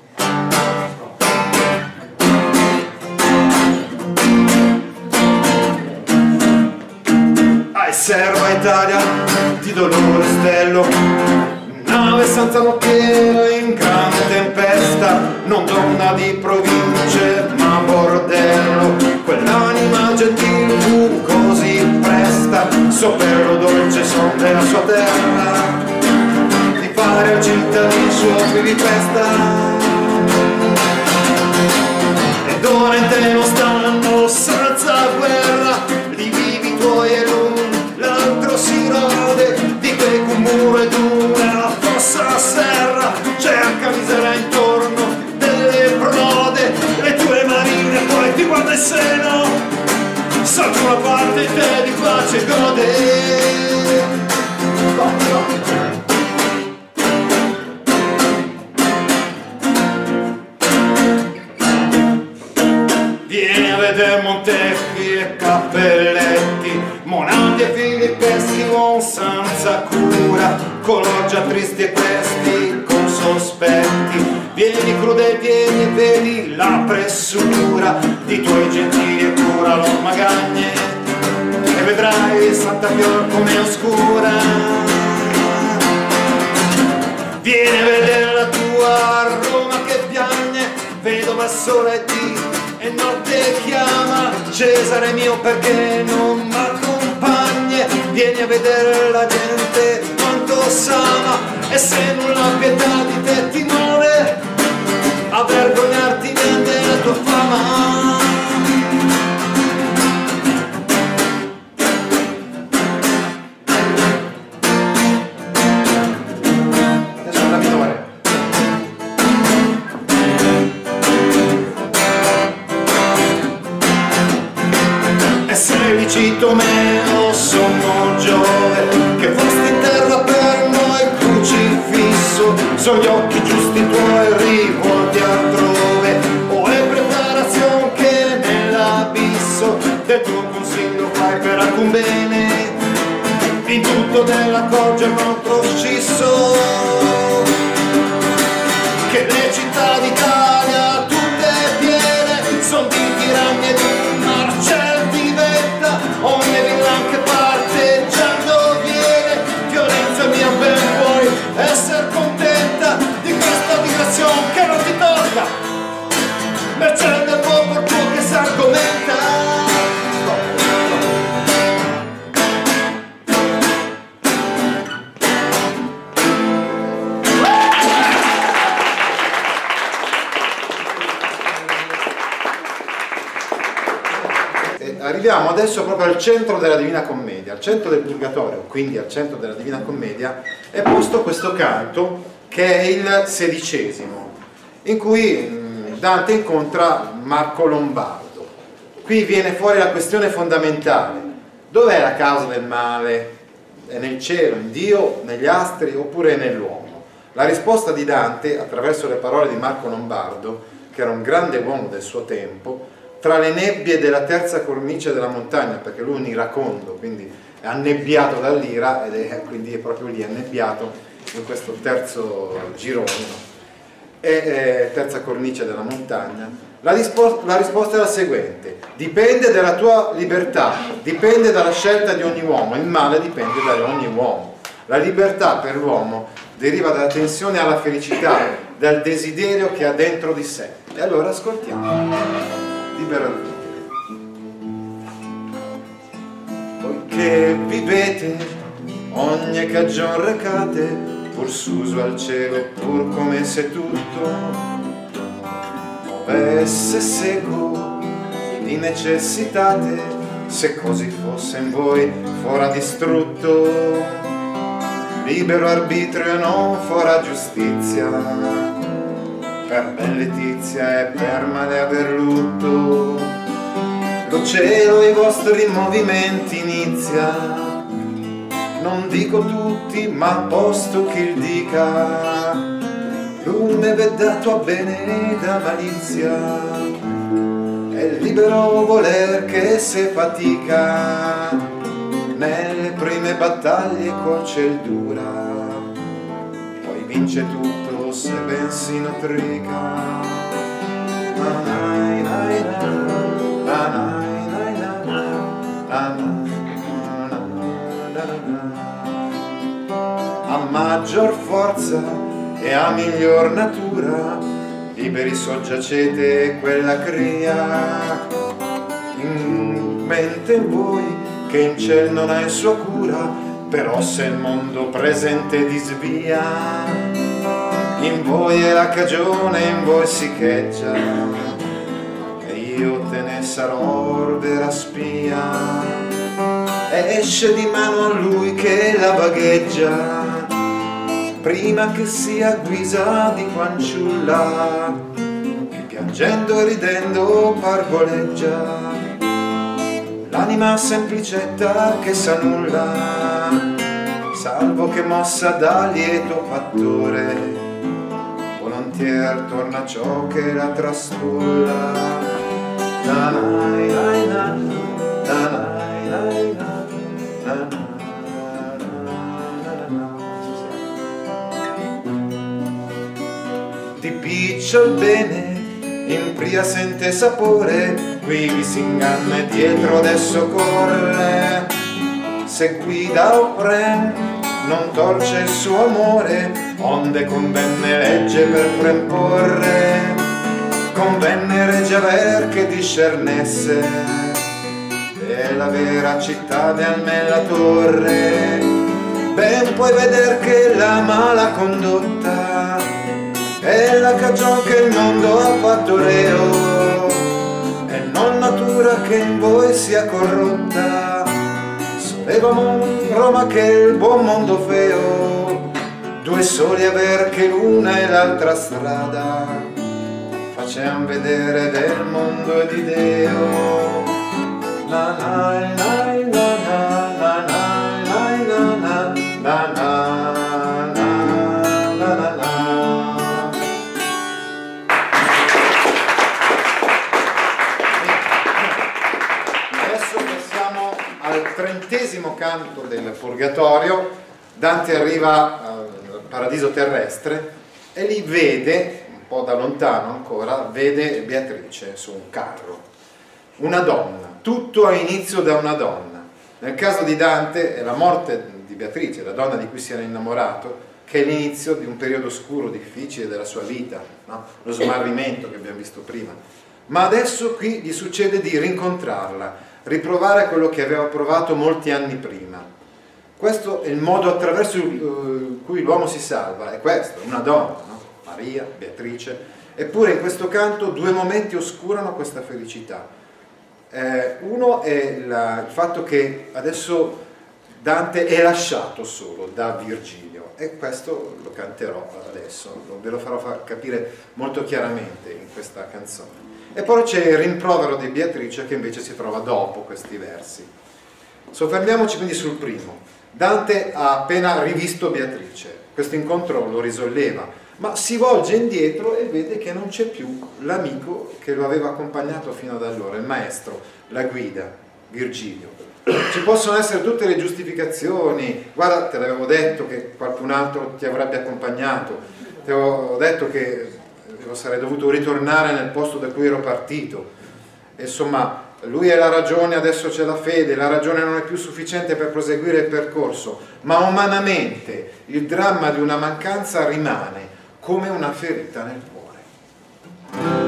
[SPEAKER 3] Ai serva Italia di dolore stello, nave senza nocchiera in grande tempesta, non donna di province ma bordello. Quell'anima gentile fu così presta, so per lo dolce son della sua terra, di fare al cittadino suo qui vi festa. Ed ora in te non stanno senza guerra, li vivi tuoi e l'un, l'altro si rode, di che un muro ed una fossa serra, cerca misera intorno delle prode, le tue marine poi ti guarda il seno, salta una parte in te di pace gode. No, no. Vieni a vedere Montecchi e Cappelletti, Monati e Filippeschi con senza cura, colorgia tristi e questi con sospetti. Vieni crude, vieni e vedi la pressura di tuoi gentili e cura lor magagne, e vedrai Santa Fior come oscura. Vieni a vedere la tua Roma che piagne, vedova soletti e notte chiama, Cesare mio perché non m'accompagni. Vieni a vedere la gente quanto s'ama, e se nulla pietà di te ti muove, a vergognarti vende la tua fama. Adesso la minore. E se licito meno sommo Giove, che posti in terra per noi crocifisso, sono gli occhi giusti tuoi rivolti altrove, o è preparazione che nell'abisso del tuo consiglio fai per alcun bene, in tutto dell'accorgere contro scisso, che le città d'Italia tutte piene son di tiranni e di marcel di vetta, ogni villan che parteggiando viene, violenza mia ben puoi essere contenta di questa digressione che non ti tocca, mercè del popolo tuo che si argomenta. Arriviamo adesso proprio al centro della Divina Commedia, al centro del Purgatorio, quindi al centro della Divina Commedia è posto questo canto che è il sedicesimo, in cui Dante incontra Marco Lombardo. Qui viene fuori la questione fondamentale: Dov'è la causa del male? È nel cielo, in Dio, negli astri oppure nell'uomo? La risposta di Dante, attraverso le parole di Marco Lombardo, che era un grande uomo del suo tempo, tra le nebbie della terza cornice della montagna, perché lui è un iracondo, quindi è annebbiato dall'ira ed è quindi è proprio lì annebbiato in questo terzo girone, e, e terza cornice della montagna. La, risposta, la risposta è la seguente: dipende dalla tua libertà, dipende dalla scelta di ogni uomo, il male dipende da ogni uomo. La libertà per l'uomo deriva dalla tensione alla felicità, dal desiderio che ha dentro di sé. E allora ascoltiamo. Libera poiché vivete ogni cagion recate, pur suso al cielo, pur come se tutto movesse seco di necessitate, se così fosse in voi fora distrutto libero arbitrio e non fora giustizia, per ben letizia e per male aver lutto, lo cielo i vostri movimenti inizia, non dico tutti ma posto che il dica, lume v'è dato a bene da malizia, è libero voler che se fatica, nelle prime battaglie col dura, poi vince tutto se ben si notrica. A maggior forza e a miglior natura, liberi soggiacete quella cria, in mente voi che in ciel non ha in sua cura, però se il mondo presente disvia, in voi è la cagione, in voi si cheggia, e io te ne sarò vera spia, e esce di mano a lui che la vagheggia, prima che sia guisa di fanciulla, che piangendo e ridendo pargoleggia, l'anima semplicetta che sa nulla, salvo che mossa da lieto fattore, volontier torna ciò che la trastulla. Na na na na, na na na na, na. Di picciol bene in pria sente sapore, qui vi si inganna e dietro adesso corre, se guida o prem non torce il suo amore, onde convenne legge per premporre, convenne regge aver che discernesse, e la vera città di almen la torre, ben puoi veder che la mala condotta è la cagion che il mondo ha fatto reo, e non natura che in voi sia corrotta, solevamo Roma che il buon mondo feo, due soli aver che l'una e l'altra strada, facciam vedere del mondo e di Deo. Na na na na na na na na na na. Al trentesimo canto del Purgatorio, Dante arriva al paradiso terrestre e lì vede, un po' da lontano ancora, vede Beatrice su un carro, una donna, tutto ha inizio da una donna. Nel caso di Dante è la morte di Beatrice, la donna di cui si era innamorato, che è l'inizio di un periodo oscuro, difficile della sua vita, no? Lo smarrimento che abbiamo visto prima. Ma adesso qui gli succede di rincontrarla, riprovare quello che aveva provato molti anni prima. Questo è il modo attraverso cui l'uomo si salva, è questo, una donna, no? Maria, Beatrice. Eppure in questo canto due momenti oscurano questa felicità. Eh, uno è la, il fatto che adesso Dante è lasciato solo da Virgilio, e questo lo canterò adesso, ve lo farò far capire molto chiaramente in questa canzone. E poi c'è il rimprovero di Beatrice che invece si trova dopo questi versi. Soffermiamoci quindi sul primo. Dante ha appena rivisto Beatrice, questo incontro lo risolleva, ma si volge indietro e vede che non c'è più l'amico che lo aveva accompagnato fino ad allora, il maestro, la guida, Virgilio. Ci possono essere tutte le giustificazioni, guarda, te l'avevo detto che qualcun altro ti avrebbe accompagnato, ti avevo detto che io sarei dovuto ritornare nel posto da cui ero partito, insomma lui è la ragione, adesso c'è la fede, la ragione non è più sufficiente per proseguire il percorso, ma umanamente il dramma di una mancanza rimane come una ferita nel cuore.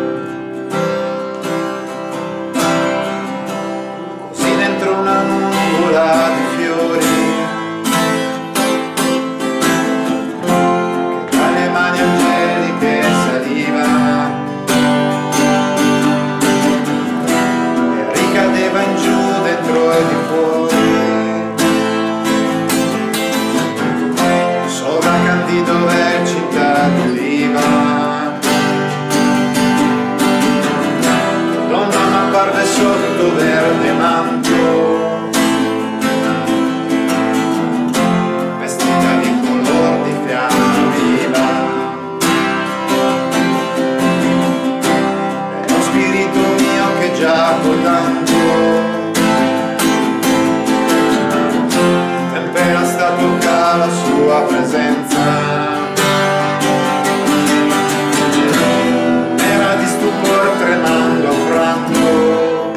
[SPEAKER 3] Così dentro una nuvola di fiori che tra le mani angeliche saliva e ricadeva in giù, dentro e di fuori, sopra candido ver città d'oliva. Donna m'apparve sotto verde manto, vestita di color di fiamma viva, è lo spirito mio che giaco tanto, tempera sta tocca la sua presenza, era di stupor tremando franco,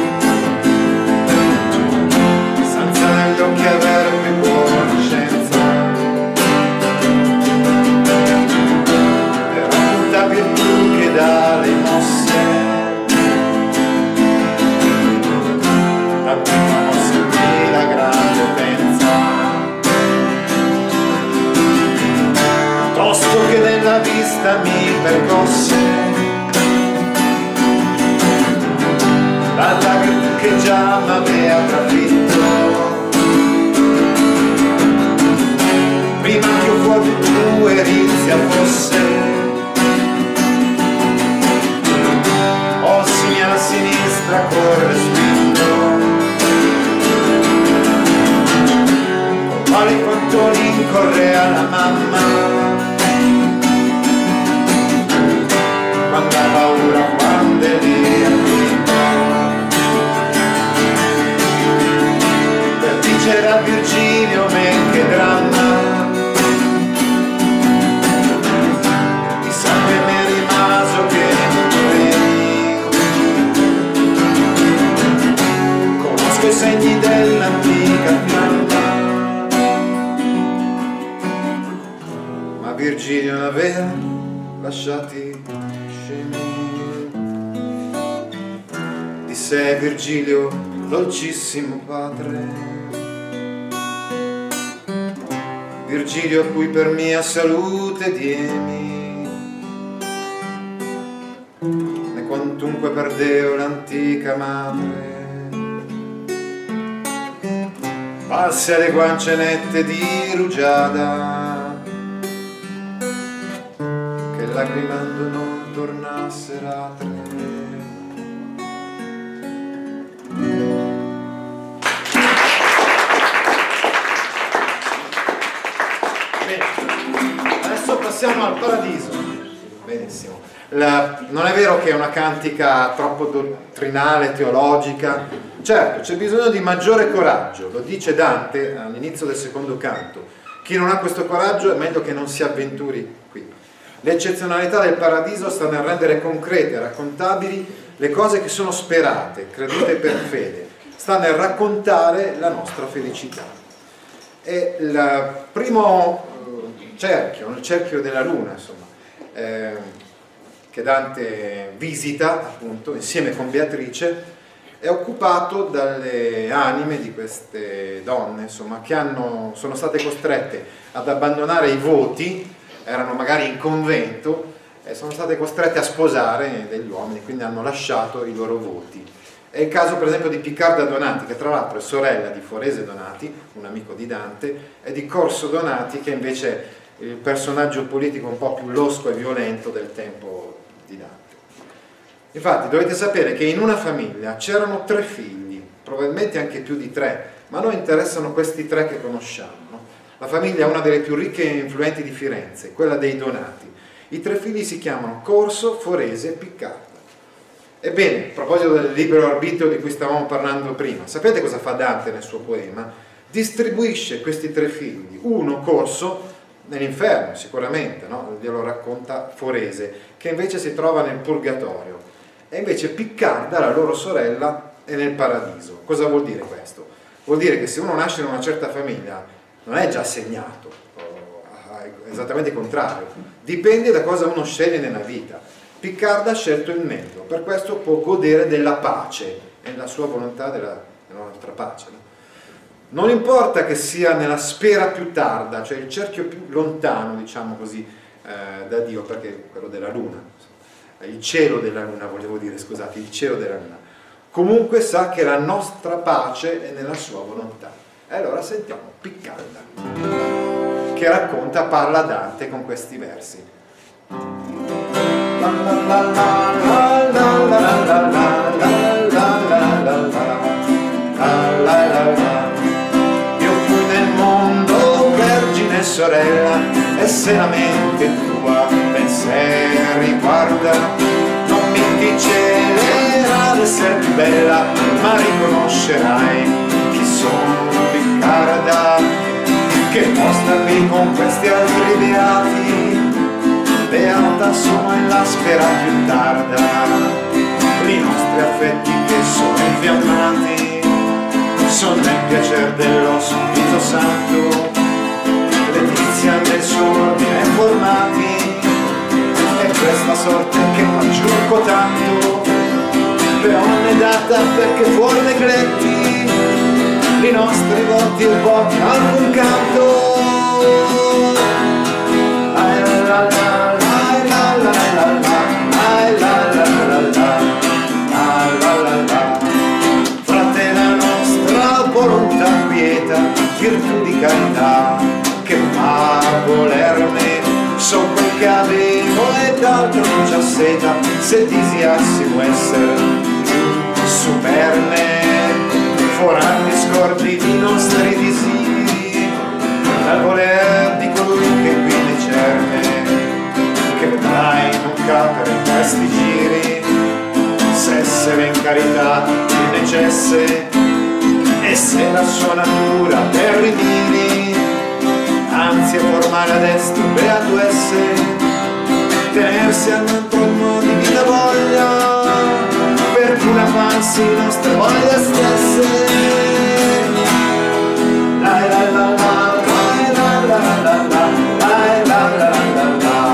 [SPEAKER 3] senza negli occhi aver più conoscenza, però tutta virtù che dà le mosse, tanto non sentì la gran potenza, tosto che nella vista mi percosse, dalla virtù che già m'aveva trafitto, prima che fuori tu erizia fosse, ossimi alla sinistra corre spinto, quali quantoni corre alla mamma, quando ha paura, quando è lì afflitto, per vincere a Virgilio men che dramma, di sangue mi è rimaso che morì, conosco i segni dell'antica fiamma, ma Virgilio non aveva lasciati scemi. Di sé Virgilio, dolcissimo padre, Virgilio a cui per mia salute diemi, e quantunque perdeo l'antica madre, valse alle guance nette di rugiada, che lagrimando non tornasse l'atre. Bene, adesso passiamo al Paradiso. Benissimo. La, non è vero che è una cantica troppo dottrinale, teologica. Certo, c'è bisogno di maggiore coraggio, lo dice Dante all'inizio del secondo canto. Chi non ha questo coraggio è meglio che non si avventuri qui. L'eccezionalità del Paradiso sta nel rendere concrete, raccontabili le cose che sono sperate, credute per fede, sta nel raccontare la nostra felicità. E il primo cerchio, il cerchio della luna, insomma, eh, che Dante visita appunto insieme con Beatrice, è occupato dalle anime di queste donne, insomma, che hanno, sono state costrette ad abbandonare i voti, erano magari in convento e sono state costrette a sposare degli uomini, quindi hanno lasciato i loro voti. È il caso per esempio di Picarda Donati, che tra l'altro è sorella di Forese Donati, un amico di Dante, e di Corso Donati, che invece è il personaggio politico un po' più losco e violento del tempo di Dante. Infatti dovete sapere che in una famiglia c'erano tre figli, probabilmente anche più di tre, ma a noi interessano questi tre che conosciamo, no? La famiglia è una delle più ricche e influenti di Firenze, quella dei Donati. I tre figli si chiamano Corso, Forese e Piccarda. Ebbene, a proposito del libero arbitrio di cui stavamo parlando prima, sapete cosa fa Dante nel suo poema? Distribuisce questi tre figli, uno, Corso, nell'inferno sicuramente, no? Glielo racconta Forese, che invece si trova nel purgatorio, e invece Piccarda, la loro sorella, è nel paradiso. Cosa vuol dire questo? Vuol dire che se uno nasce in una certa famiglia non è già segnato, è esattamente il contrario, dipende da cosa uno sceglie nella vita. Piccarda ha scelto il meglio, per questo può godere della pace, è la sua volontà della, della nostra pace, no? Non importa che sia nella sfera più tarda, cioè il cerchio più lontano, diciamo così, eh, da Dio, perché quello della luna, il cielo della luna, volevo dire, scusate, il cielo della luna. Comunque sa che la nostra pace è nella sua volontà. E allora sentiamo Piccarda, che racconta, parla Dante con questi versi. Io fui nel mondo vergine sorella, e se la mente tua penser riguarda, non mi dicelerà d'essere più bella, ma riconoscerai chi sono Piccarda, che mostrami con questi altri beati. Beata sono in la spera più tarda, i nostri affetti che sono infiammati, sono nel piacer dello Spirito Santo, letizia del suo ordine formati, e questa sorte che maggiorco tanto, però non è data perché fuori negletti, i nostri voti e voti alcun canto. Ai la la la. Frate, la nostra volontà quieta, virtù di carità, che fa volerne, so quel che avevo ed altro non c'ha seta, se disiassimo essere superne, foran discordi di nostri disiri, dal voler di colui che qui ne cerne, che mai non capere in questi giri, se essere in carità ne necesse, e se la sua natura per rimiri, anzi è formale ad est beato esse, tenersi al mantono di vita voglia, per cura fansi nostre voglie stesse. La la la la la la la la la la la la la.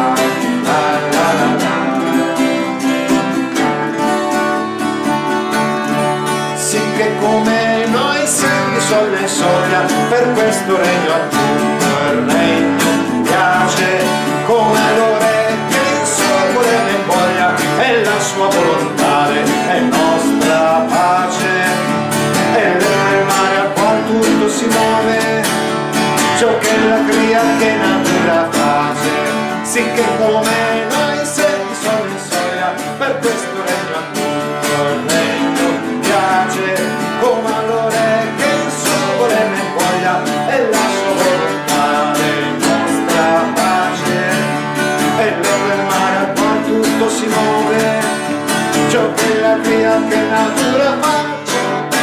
[SPEAKER 3] Come noi segni soglia e soglia, per questo regno a tutto il regno piace, come l'orecchio il suo cuore ne voglia, e la sua volontà è nostra pace, e nel mare al qual tutto si muove, ciò che la cria che natura face, sicché come noi segni soglia e soglia, per questo regno a tutto il regno piace, come allora che il suo volere ne voglia, e la sua volontà è nostra pace, e l'erba e il mare al qual tutto si muove, ciò che la cria che natura face.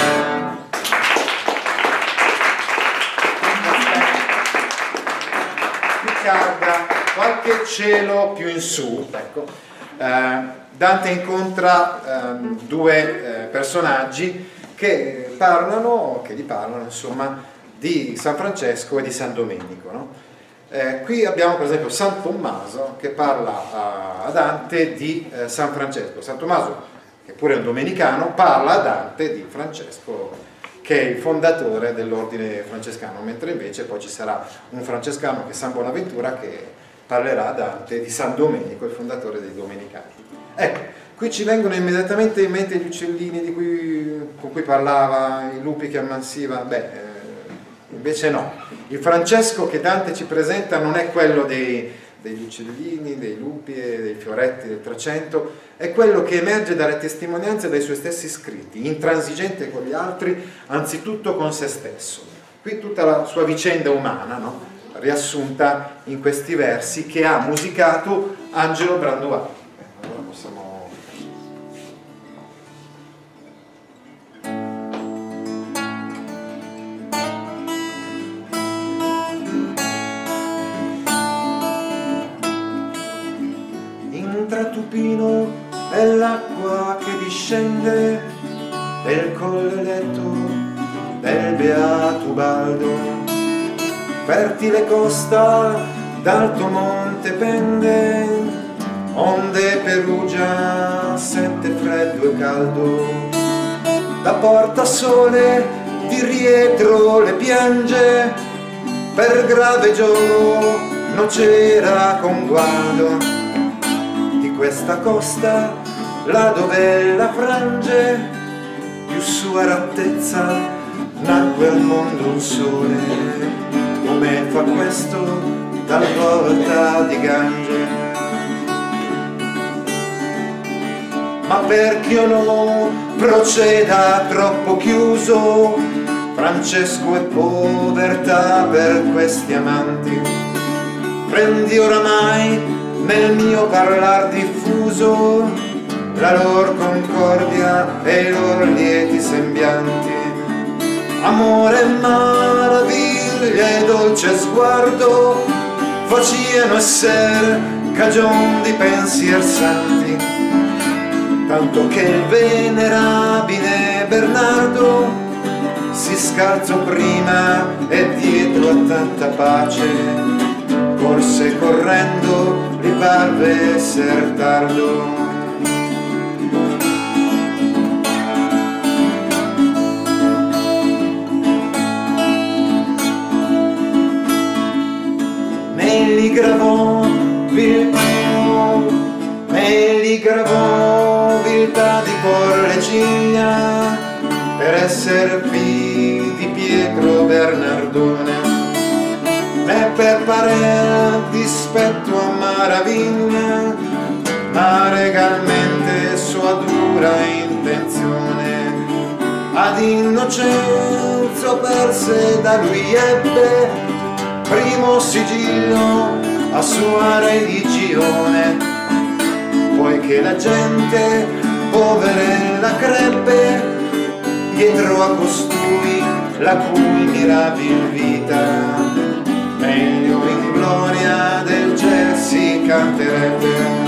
[SPEAKER 3] Piccarda, qualche cielo più in su, ecco. Eh, Dante incontra eh, due eh, personaggi che parlano, che gli parlano insomma di San Francesco e di San Domenico, no? Eh, qui abbiamo per esempio San Tommaso che parla a, a Dante di eh, San Francesco. San Tommaso, che pure è un domenicano, parla a Dante di Francesco, che è il fondatore dell'ordine francescano, mentre invece poi ci sarà un francescano che è San Bonaventura che parlerà a Dante di San Domenico, il fondatore dei domenicani. Ecco, qui ci vengono immediatamente in mente gli uccellini di cui, con cui parlava, i lupi che ammansiva. Beh, eh, invece no. Il Francesco che Dante ci presenta non è quello dei, degli uccellini, dei lupi e dei fioretti del Trecento, è quello che emerge dalle testimonianze dei suoi stessi scritti, intransigente con gli altri, anzitutto con se stesso. Qui tutta la sua vicenda umana, no? Riassunta in questi versi che ha musicato Angelo Branduardi. Eh, allora possiamo... Tupino è l'acqua che discende del colletto del Beato Ubaldo, fertile costa d'alto monte pende, onde Perugia sente freddo e caldo, da Porta Sole di rietro le piange, per grave gioco nocera con guado questa costa, là dove la frange, più sua rattezza, nacque al mondo un sole, come fa questo talvolta di Gange. Ma perché io non proceda troppo chiuso, Francesco è povertà per questi amanti, prendi oramai nel mio parlar diffuso la lor concordia e i lor lieti sembianti, amore, maraviglia e dolce sguardo faciano esser cagion di pensier santi, tanto che il venerabile Bernardo si scalzò prima e dietro a tanta pace corse correndo, gli parve esser tardo. Me li gravò viltà, me li gravò viltà di porre ciglia per esser figli di Pietro Bernardone, e per parer dispetto a maraviglia, ma regalmente sua dura intenzione ad Innocenzo perse, da lui ebbe primo sigillo a sua religione, poiché la gente poverella crebbe dietro a costui la cui mirabil vita meglio in gloria del ciel si canterebbe.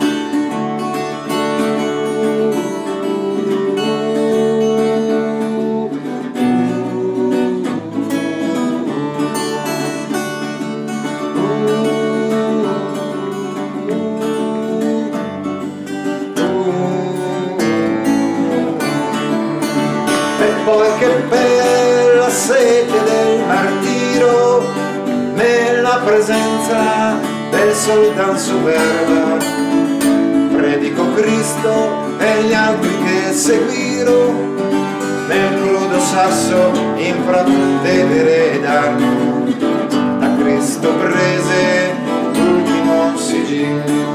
[SPEAKER 3] E poi che bella sete del martiro nella presenza del Sultan Suberba, predicò Cristo e gli altri che seguirono nel crudo sasso infra tutte veredarono, da Cristo prese l'ultimo sigillo.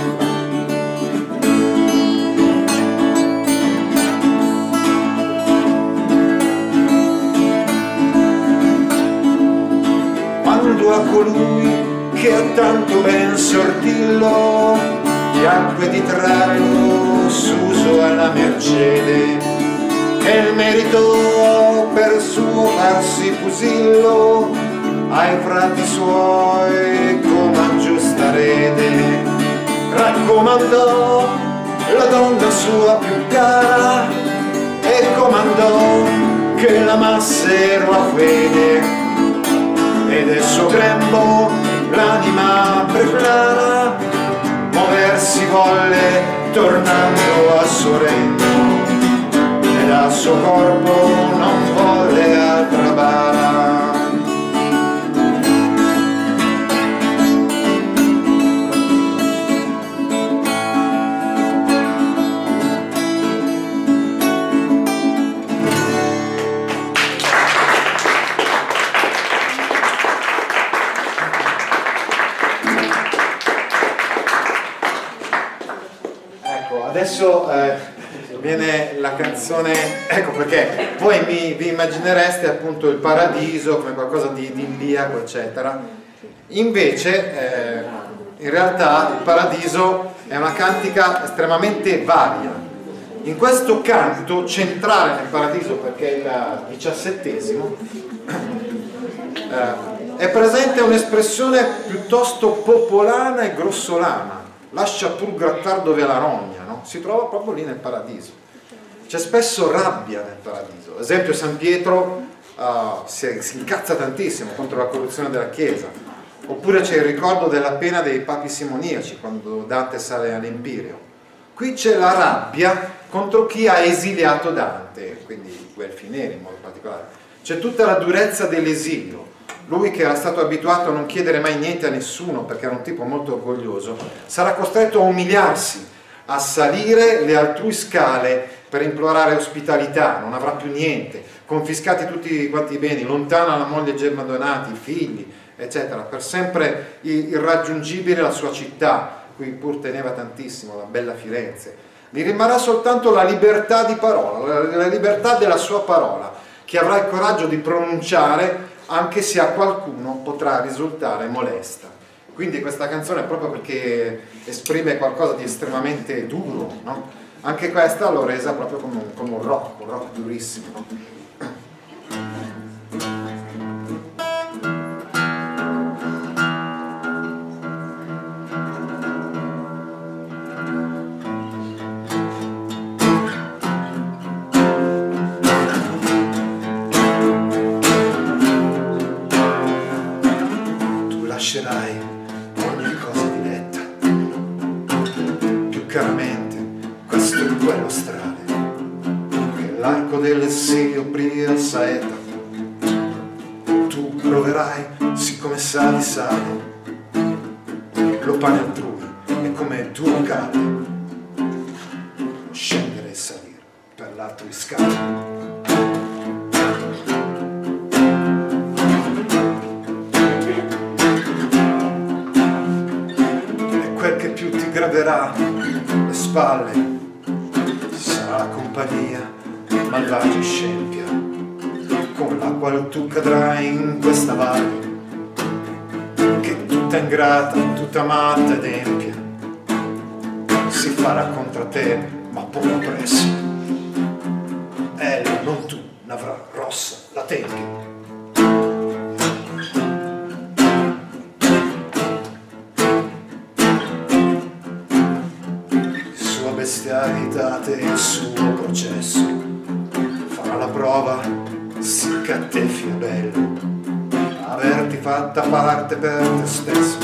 [SPEAKER 3] A colui che ha tanto ben sortillo piacque di trarlo s'uso alla mercede, che il merito per suo farsi fusillo ai frati suoi come a giusta rede, raccomandò la donna sua più cara e comandò che l'amassero a fede, ed esso grembo l'anima preclara muoversi volle tornando a suo regno, ed al suo corpo non volle altra bala. Adesso eh, viene la canzone, ecco perché voi mi, vi immaginereste appunto il paradiso come qualcosa di idilliaco, eccetera. Invece, eh, in realtà il paradiso è una cantica estremamente varia. In questo canto centrale nel paradiso, perché è il diciassettesimo, eh, è presente un'espressione piuttosto popolana e grossolana. Lascia pur grattar dove la rogna, no? Si trova proprio lì nel paradiso. C'è spesso rabbia nel paradiso. Ad esempio San Pietro uh, si, si incazza tantissimo contro la corruzione della Chiesa. Oppure c'è il ricordo della pena dei papi simoniaci quando Dante sale all'Empirio. Qui c'è la rabbia contro chi ha esiliato Dante, quindi i Guelfi Neri in modo particolare. C'è tutta la durezza dell'esilio. Lui, che era stato abituato a non chiedere mai niente a nessuno perché era un tipo molto orgoglioso, sarà costretto a umiliarsi, a salire le altrui scale per implorare ospitalità. Non avrà più niente, confiscati tutti quanti i beni, lontana la moglie Germadonati, i figli, eccetera. Per sempre irraggiungibile la sua città, cui pur teneva tantissimo, la bella Firenze. Gli rimarrà soltanto la libertà di parola, la libertà della sua parola, che avrà il coraggio di pronunciare anche se a qualcuno potrà risultare molesta. Quindi questa canzone è proprio perché esprime qualcosa di estremamente duro, no? Anche questa l'ho resa proprio come un, come un rock, un rock durissimo.
[SPEAKER 5] Lascerai ogni cosa diletta, più caramente questo è quello strale, che l'arco dell'esilio brilla saeta. Tu proverai, siccome sa di sale, lo pane altrui è come duro cade, scendere e salire per l'altrui scale. Graverà le spalle, sarà la compagnia malvagia e scempia, con la quale tu cadrai in questa valle, che tutta ingrata, tutta matta ed empia, si farà contro te, ma poco presso, ella, non tu, n'avrà rossa la tempia. Bestialitate il suo processo, farà la prova, sì che a te fia bello, averti fatta parte per te stesso.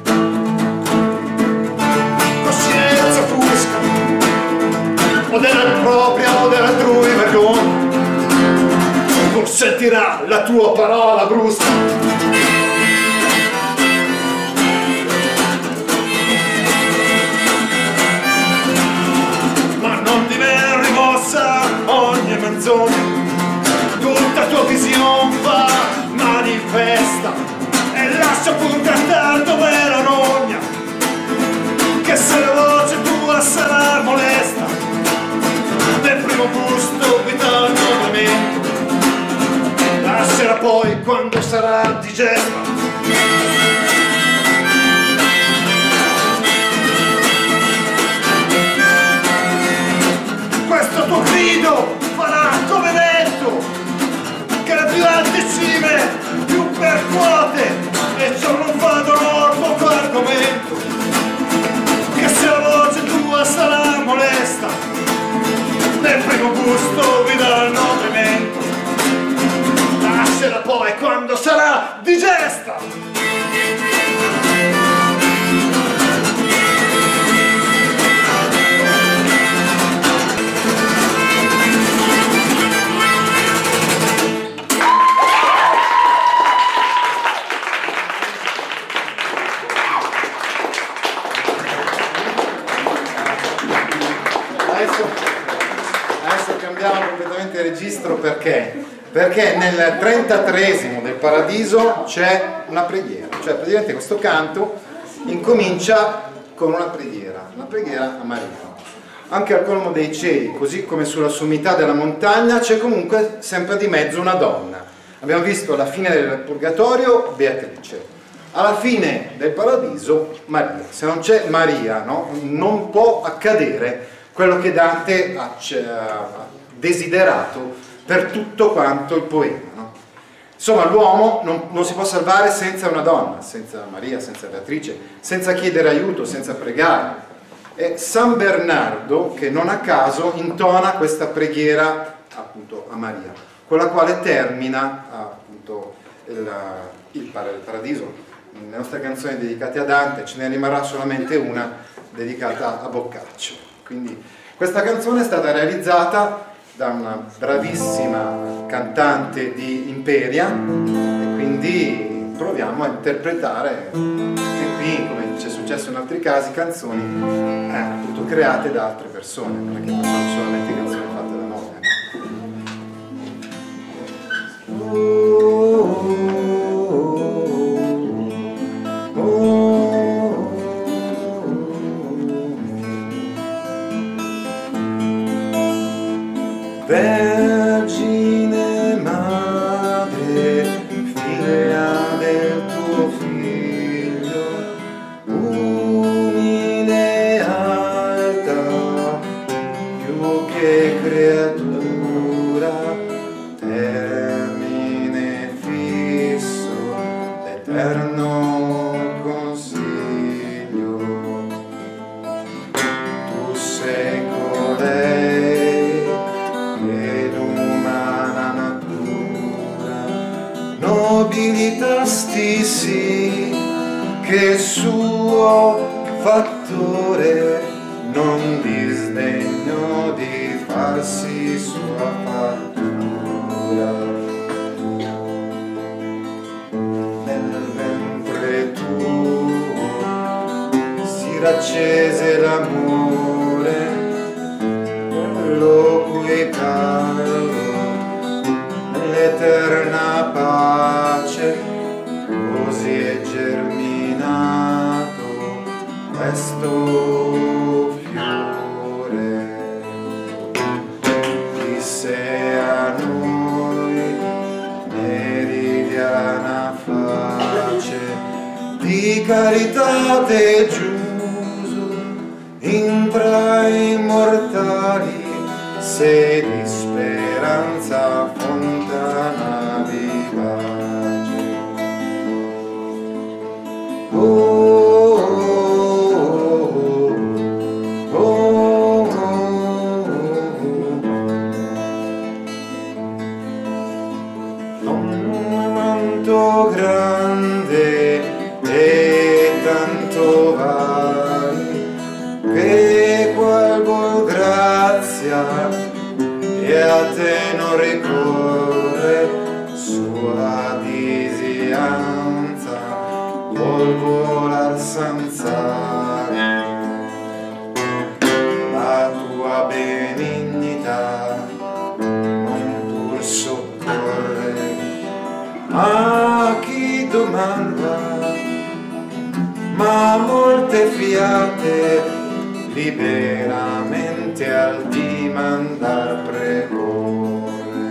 [SPEAKER 5] Coscienza fusca, o della propria o dell'altrui vergogna, non sentirà la tua parola brusca. Ogni menzogna, tutta tua visione va manifesta e lascia pur cantare dove la rogna, che se la voce tua sarà molesta nel primo gusto vital nuovamente, lascerà poi quando sarà digesta. Questo tuo grido farà come detto, che le più alte cime più percuote, e ciò non fa d'onor poco argomento, che se la voce tua sarà molesta nel primo gusto vi dà il nutrimento, lascerà poi quando sarà digesta. Completamente registro perché? Perché nel trentatreesimo del Paradiso c'è una preghiera, cioè praticamente questo canto incomincia con una preghiera, una preghiera a Maria.
[SPEAKER 3] anche al colmo dei cieli, così come sulla sommità della montagna, c'è comunque sempre di mezzo una donna. Abbiamo visto alla fine del Purgatorio Beatrice, alla fine del Paradiso Maria. Se non c'è Maria, no, non può accadere quello che Dante ha desiderato per tutto quanto il poema. No? Insomma, l'uomo non, non si può salvare senza una donna, senza Maria, senza Beatrice, senza chiedere aiuto, senza pregare. È San Bernardo che non a caso intona questa preghiera appunto a Maria, con la quale termina appunto il, il Paradiso. Nelle nostre canzoni dedicate a Dante ce ne rimarrà solamente una dedicata a Boccaccio. Quindi questa canzone è stata realizzata da una bravissima cantante di Imperia e quindi proviamo a interpretare anche qui, come ci è successo in altri casi, canzoni eh, appunto create da altre persone, non è che facciamo solamente canzoni fatte da noi.
[SPEAKER 5] Vergine madre, figlia del tuo figlio, umile alta, più che creatura, termine fisso, l'eterno consiglio. Tu sei colei nobilitasti sì, che suo fattore non disdegno di farsi sua fattura. Nel ventre tuo si raccese l'amore, lo cui caldo l'eterna pace, così è germinato questo fiore. Disse a noi meridiana face, di caritate giuso, intra immortali, sei di speranza fontana vivace. Oh, oh, oh, oh, non tanto grande e tanto vali, che qual vuol grazia e a te non ricorre, sua disianza vuol volar sanzare. La tua benignità non pur soccorre a chi domanda, ma molte fiate liberamente al dimandar pregone.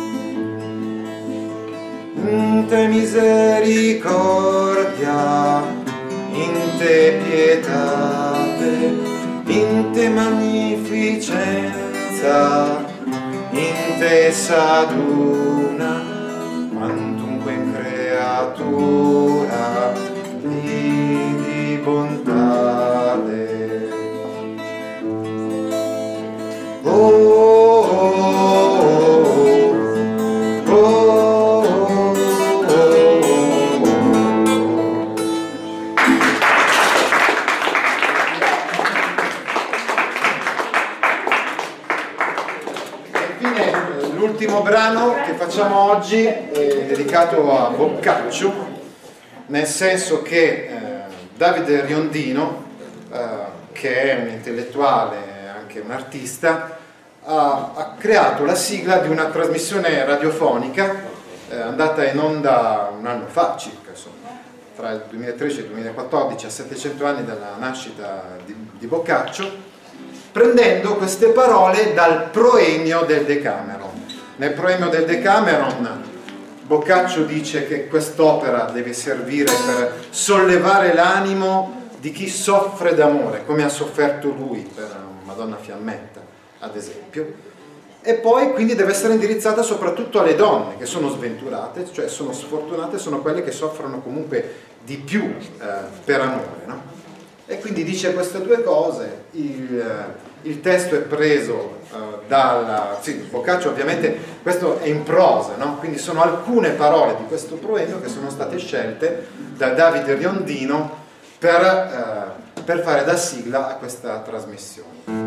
[SPEAKER 5] In te misericordia, in te pietate, in te magnificenza, in te s'aduna quantunque in creatura di, di bontade. Oh, oh, oh, oh, oh, oh. E infine l'ultimo brano che facciamo oggi è dedicato a Boccaccio, nel senso che eh, Davide Riondino, eh, che è un intellettuale, anche un artista, ha, ha creato la sigla di una trasmissione radiofonica eh, andata in onda un anno fa circa, insomma, tra il duemilatredici e il duemilaquattordici, a settecento anni dalla nascita di, di Boccaccio,
[SPEAKER 3] prendendo queste parole dal proemio del Decameron. Nel proemio del Decameron Boccaccio dice che quest'opera deve servire per sollevare l'animo di chi soffre d'amore, come ha sofferto lui per Madonna Fiammetta, ad esempio. E poi quindi deve essere indirizzata soprattutto alle donne che sono sventurate, cioè sono sfortunate, sono quelle che soffrono comunque di più eh, per amore, no? E quindi dice queste due cose. Il, eh, il testo è preso eh, dal... Sì, Boccaccio ovviamente, questo è in prosa, no? Quindi sono alcune parole di questo proemio che sono state scelte da Davide Riondino per, eh, per fare da sigla a questa trasmissione.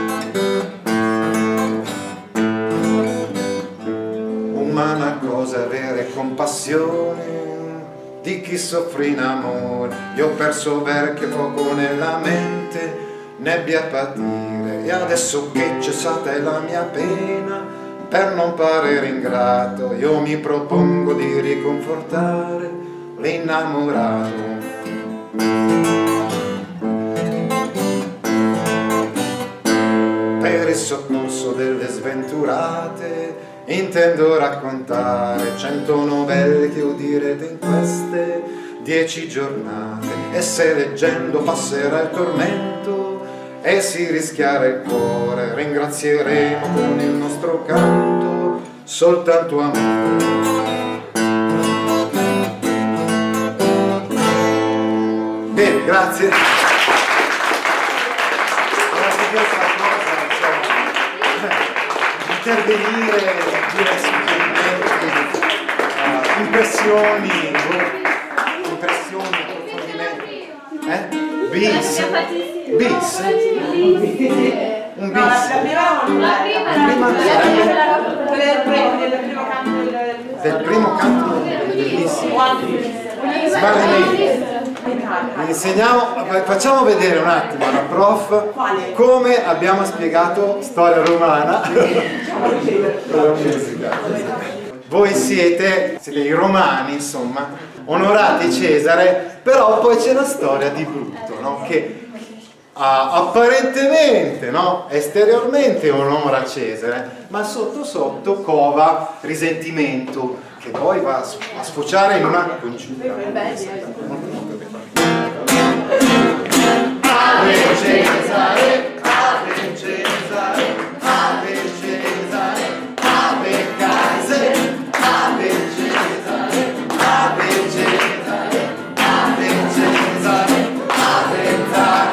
[SPEAKER 3] Umana cosa avere compassione di chi soffre in amore. Io ho perso vecchio fuoco nella mente, nebbia a patire, e adesso che cessata è la mia pena, per non parere ingrato, io mi propongo di riconfortare l'innamorato. Per il soccorso delle sventurate intendo raccontare cento novelle che udirete in queste dieci giornate, e se leggendo passerà il tormento e si rischiara il cuore, ringrazieremo con il nostro canto soltanto amore. Bene, grazie. Intervenire, dire suggerimenti, uh, impressioni, impressioni, approfondimenti. Eh? Bis? Bis? Un bis?
[SPEAKER 6] No, la prima non la prima
[SPEAKER 3] del primo canto bellissimo. Sbarrimenti. Insegniamo, facciamo vedere un attimo alla prof come abbiamo spiegato storia romana. Voi siete, siete i romani, insomma, onorate Cesare, però poi c'è la storia di Bruto, no? Che ah, apparentemente, no? Esteriormente onora Cesare, ma sotto sotto cova risentimento, che poi va a sfociare in una congiura. Ave Cesare, Ave Cesare, Ave Cesare, Ave Kaiser, Ave Cesare, Ave Cesare, Ave Cesare, Ave Zar.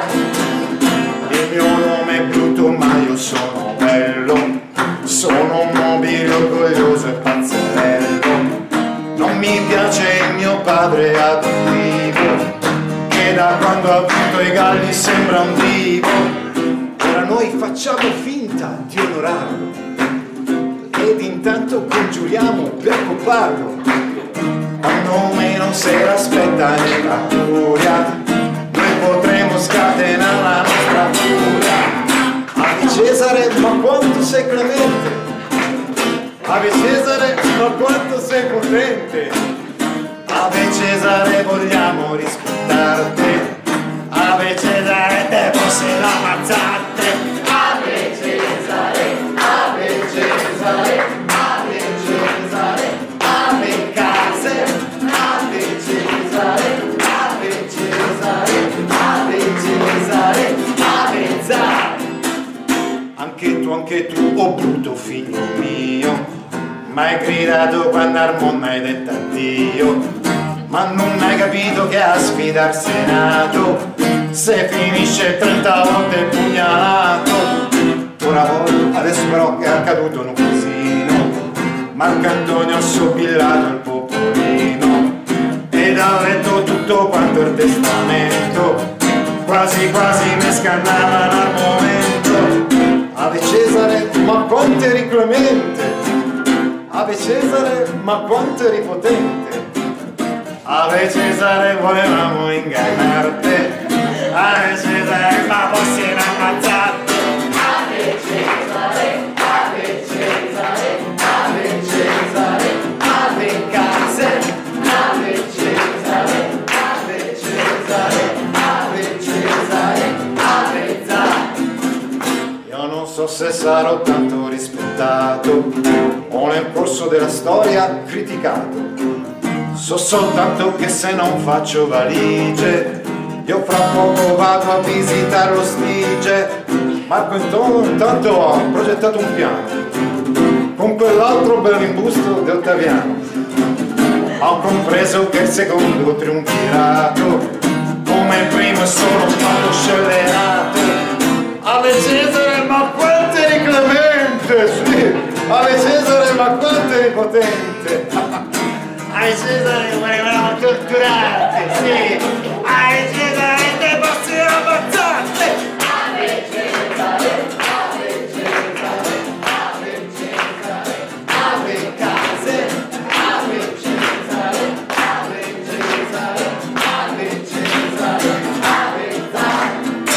[SPEAKER 3] Il mio nome è Bruto, ma io sono bello, sono mobile, orgoglioso e pazzerello. Non mi piace il mio padre adottivo, che da quando ha vinto i galli sembra un divo. Ora noi facciamo finta di onorarlo ed intanto congiuriamo per copparlo. Quando meno se l'aspetta nella furia, noi potremo scatenare la nostra furia. Ave Cesare, ma quanto sei clemente! Ave Cesare, ma quanto sei potente! Ave Cesare, vogliamo rispettarti. Ave Cesare, te possiamo ammazzarti. Ave Cesare, Ave Cesare, Ave Cesare, Ave Kaiser, Ave Cesare, Ave Cesare, Ave Cesare, Ave Zar. Anche tu, anche tu, oh Bruto figlio mio, m'hai gridato quando al mondo hai detto addio, ma non hai capito che a sfidarsi è nato, se finisce trenta volte pugnalato. Ora voglio, adesso però è accaduto un cosino, Marcantonio ha sobbillato il popolino ed ha letto tutto quanto il testamento, quasi quasi mi scannavano al momento. Ave Cesare, ma quanto eri clemente! Ave Cesare, ma quanto eri potente! Ave Cesare, volevamo ingannarti. Ave Cesare, ma possiamo ammazzarti. Ave Cesare, Ave Cesare, Ave Cesare, Ave Kaiser, Ave Cesare, Ave Cesare, Ave Cesare, Ave Zar. so se sarò tanto rispettato o nel corso della storia criticato. So soltanto che se non faccio valigie io fra poco vado a visitare lo Stige. Marco intanto ha progettato un piano con quell'altro bell'imbusto di Ottaviano. Ho compreso che il secondo triunvirato come il primo è solo un fatto scellerato. Ave Cesare ma quanto eri clemente, sì, Ave Cesare ma quanto eri potente. Ave Cesare volevamo torturarti, sì, Ave Cesare te posso ammazzarti. Ave Cesare, Ave Cesare, Ave Cesare, Ave Case, Ave Cesare, Ave Cesare, Ave Cesare, Ave Cesare.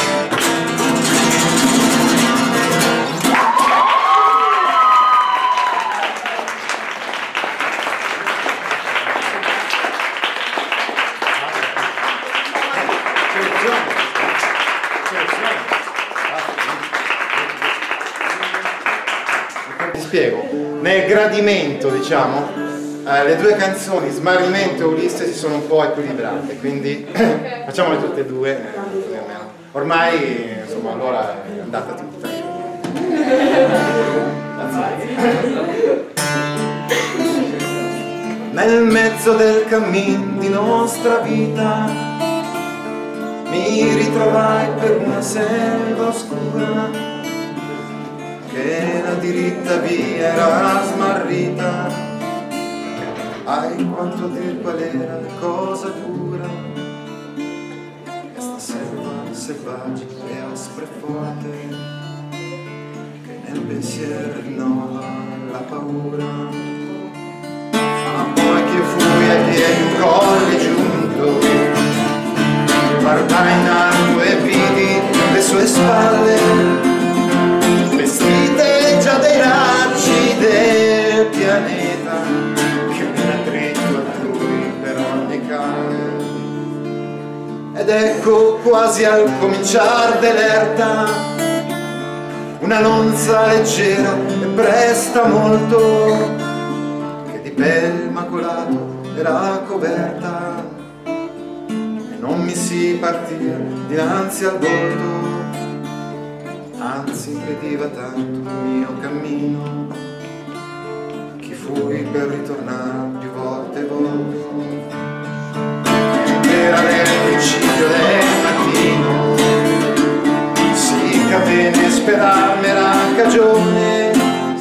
[SPEAKER 3] Ti spiego, nel gradimento diciamo eh, le due canzoni Smarrimento e Ulisse si sono un po' equilibrate, quindi facciamole tutte e due, eh, così almeno. Ormai insomma allora è andata tutta. Nel mezzo del cammin di nostra vita mi ritrovai per una selva oscura che la diritta via era smarrita. Ai quanto dir qual era cosa dura questa selva selvaggio e aspra e forte che nel pensiero rinnova la paura. Ma poi che fui ai piedi un colle giunto, guardai in alto e vidi le sue spalle vestite già dei raggi del pianeta che viene dritto a lui per ogni cane. Ed ecco quasi al cominciar dell'erta una lonza leggera e presta molto che di pel macolato era coperta e non mi si partir dinanzi al volto, anzi impediva tanto il mio cammino. Chi fui per ritornare più volte volto era nel principio del mattino, sì che avvenne sperarmi era cagione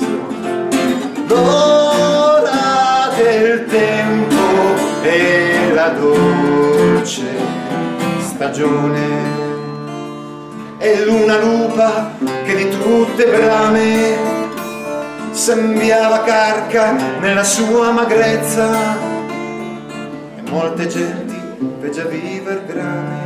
[SPEAKER 3] l'ora del tempo e la dolce stagione. E l'una lupa che di tutte brame sembiava carca nella sua magrezza e molte genti fece viver grame.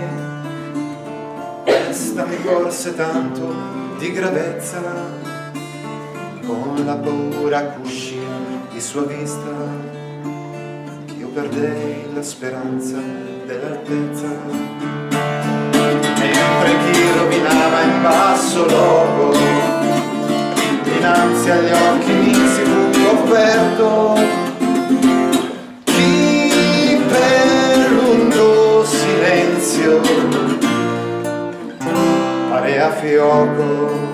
[SPEAKER 3] Questa mi corse tanto di gravezza con la paura cuscì di sua vista che io perdei la speranza dell'altezza. Mentre chi rovinava in basso loco dinanzi agli occhi mi si fu offerto, chi per lungo silenzio parea fioco.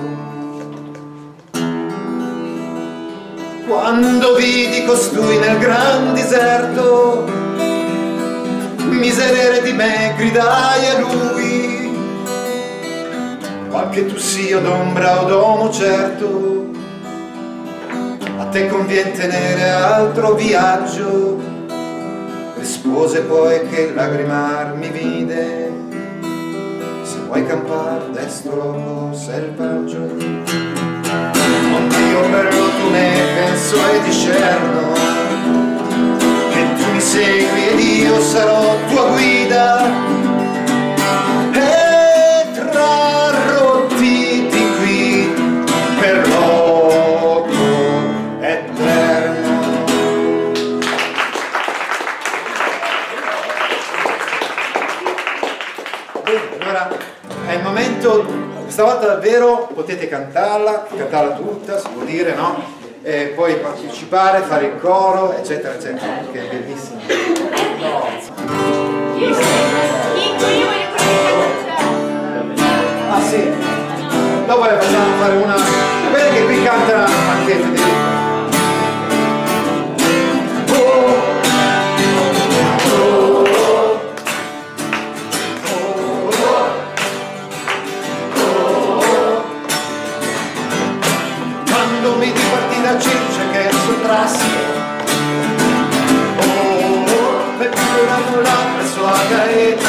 [SPEAKER 3] Quando vidi costui nel gran diserto, miserere di me gridai a lui, qualche tu sia d'ombra o d'uomo certo, a te convien tenere altro viaggio. Rispose poi che lagrimar mi vide, se vuoi campar desto loco selvaggio. Non Dio per lo tu ne penso e discerno che tu mi segui ed io sarò tua guida, e trarroti di qui per loco eterno. Bene, allora è il momento Questa volta davvero potete cantarla, cantarla tutta, si può dire, no? E poi partecipare, fare il coro, eccetera, eccetera, perché è bellissimo. Ah sì, dopo le facciamo fare una... Vedi che qui canta anche Federico. Mi diparti da Ciccia che sottrassi oh, oh, per più là presso a Gaeta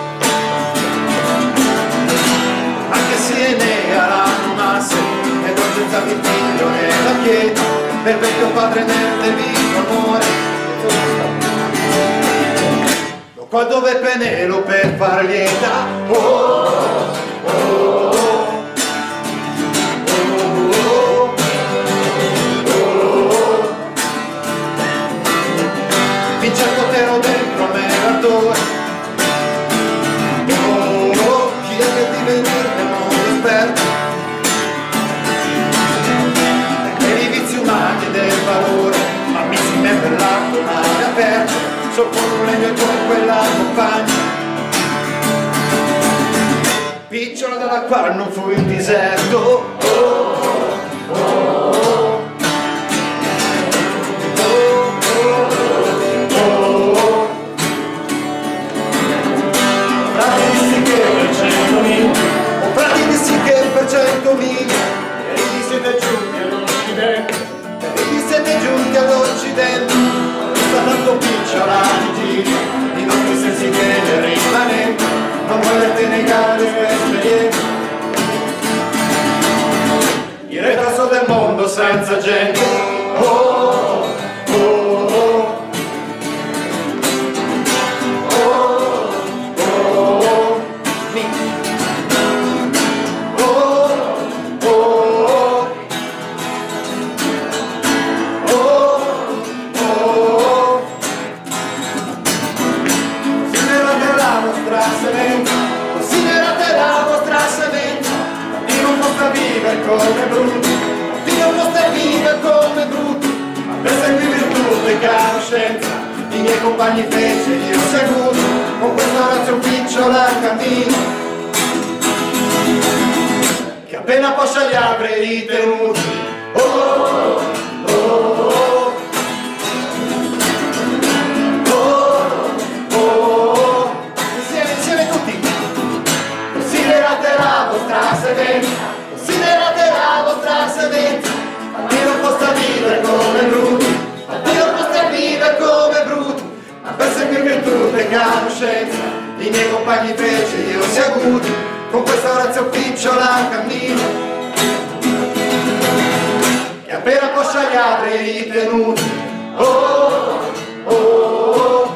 [SPEAKER 3] anche se ne la masse e non senza il figlio nella chiesa per vecchio padre nel divino amore qua dove Penelope per far lieta oh, oh, oh. Vince il potere dentro me l'attore oh, oh, chi è che di venirne non esperto e i vizi umani del valore ma mi si mette l'acqua mare aperto so con un legno e con quella compagna picciola dalla quale non fu il deserto oh, oh, oh. centomila e vi siete giunti all'Occidente e vi siete giunti all'Occidente sta tanto picciola di giro i nostri sensi che rimanenti non volete negare l'esperienza il retraso del mondo senza gente oh, oh, oh. Considerate la vostra semenza Dio non possa vivere come bruti Dio non possa vivere come bruti per seguire virtù e conoscenza i miei compagni fece io seguito con questa razza un picciola cammino che appena poscia gli avrei tenuti oh, oh, oh. Considerate la vostra semenza Dio non possa vivere come bruti Dio non possa vivere come bruti ma per seguire virtù e conoscenza i miei compagni fece io sia avuti con questa orazio picciola cammino che appena poscia gli avrei tenuti oh, oh, oh.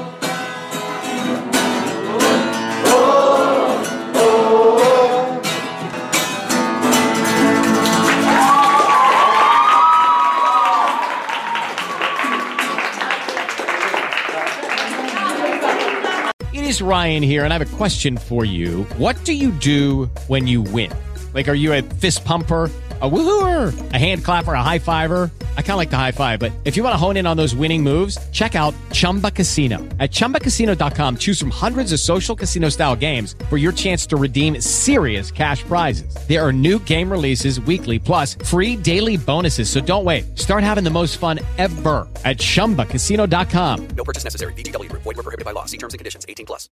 [SPEAKER 7] It is Ryan here, and I have a question for you. What do you do when you win? Like, are you a fist pumper, a woohooer, a hand clapper, a high fiver? I kind of like the high five, but if you want to hone in on those winning moves, check out Chumba Casino. At chumba casino dot com, choose from hundreds of social casino style games for your chance to redeem serious cash prizes. There are new game releases weekly, plus free daily bonuses. So don't wait. Start having the most fun ever at chumba casino dot com.
[SPEAKER 8] No purchase necessary. V G W. Void where prohibited by law. See terms and conditions. eighteen plus.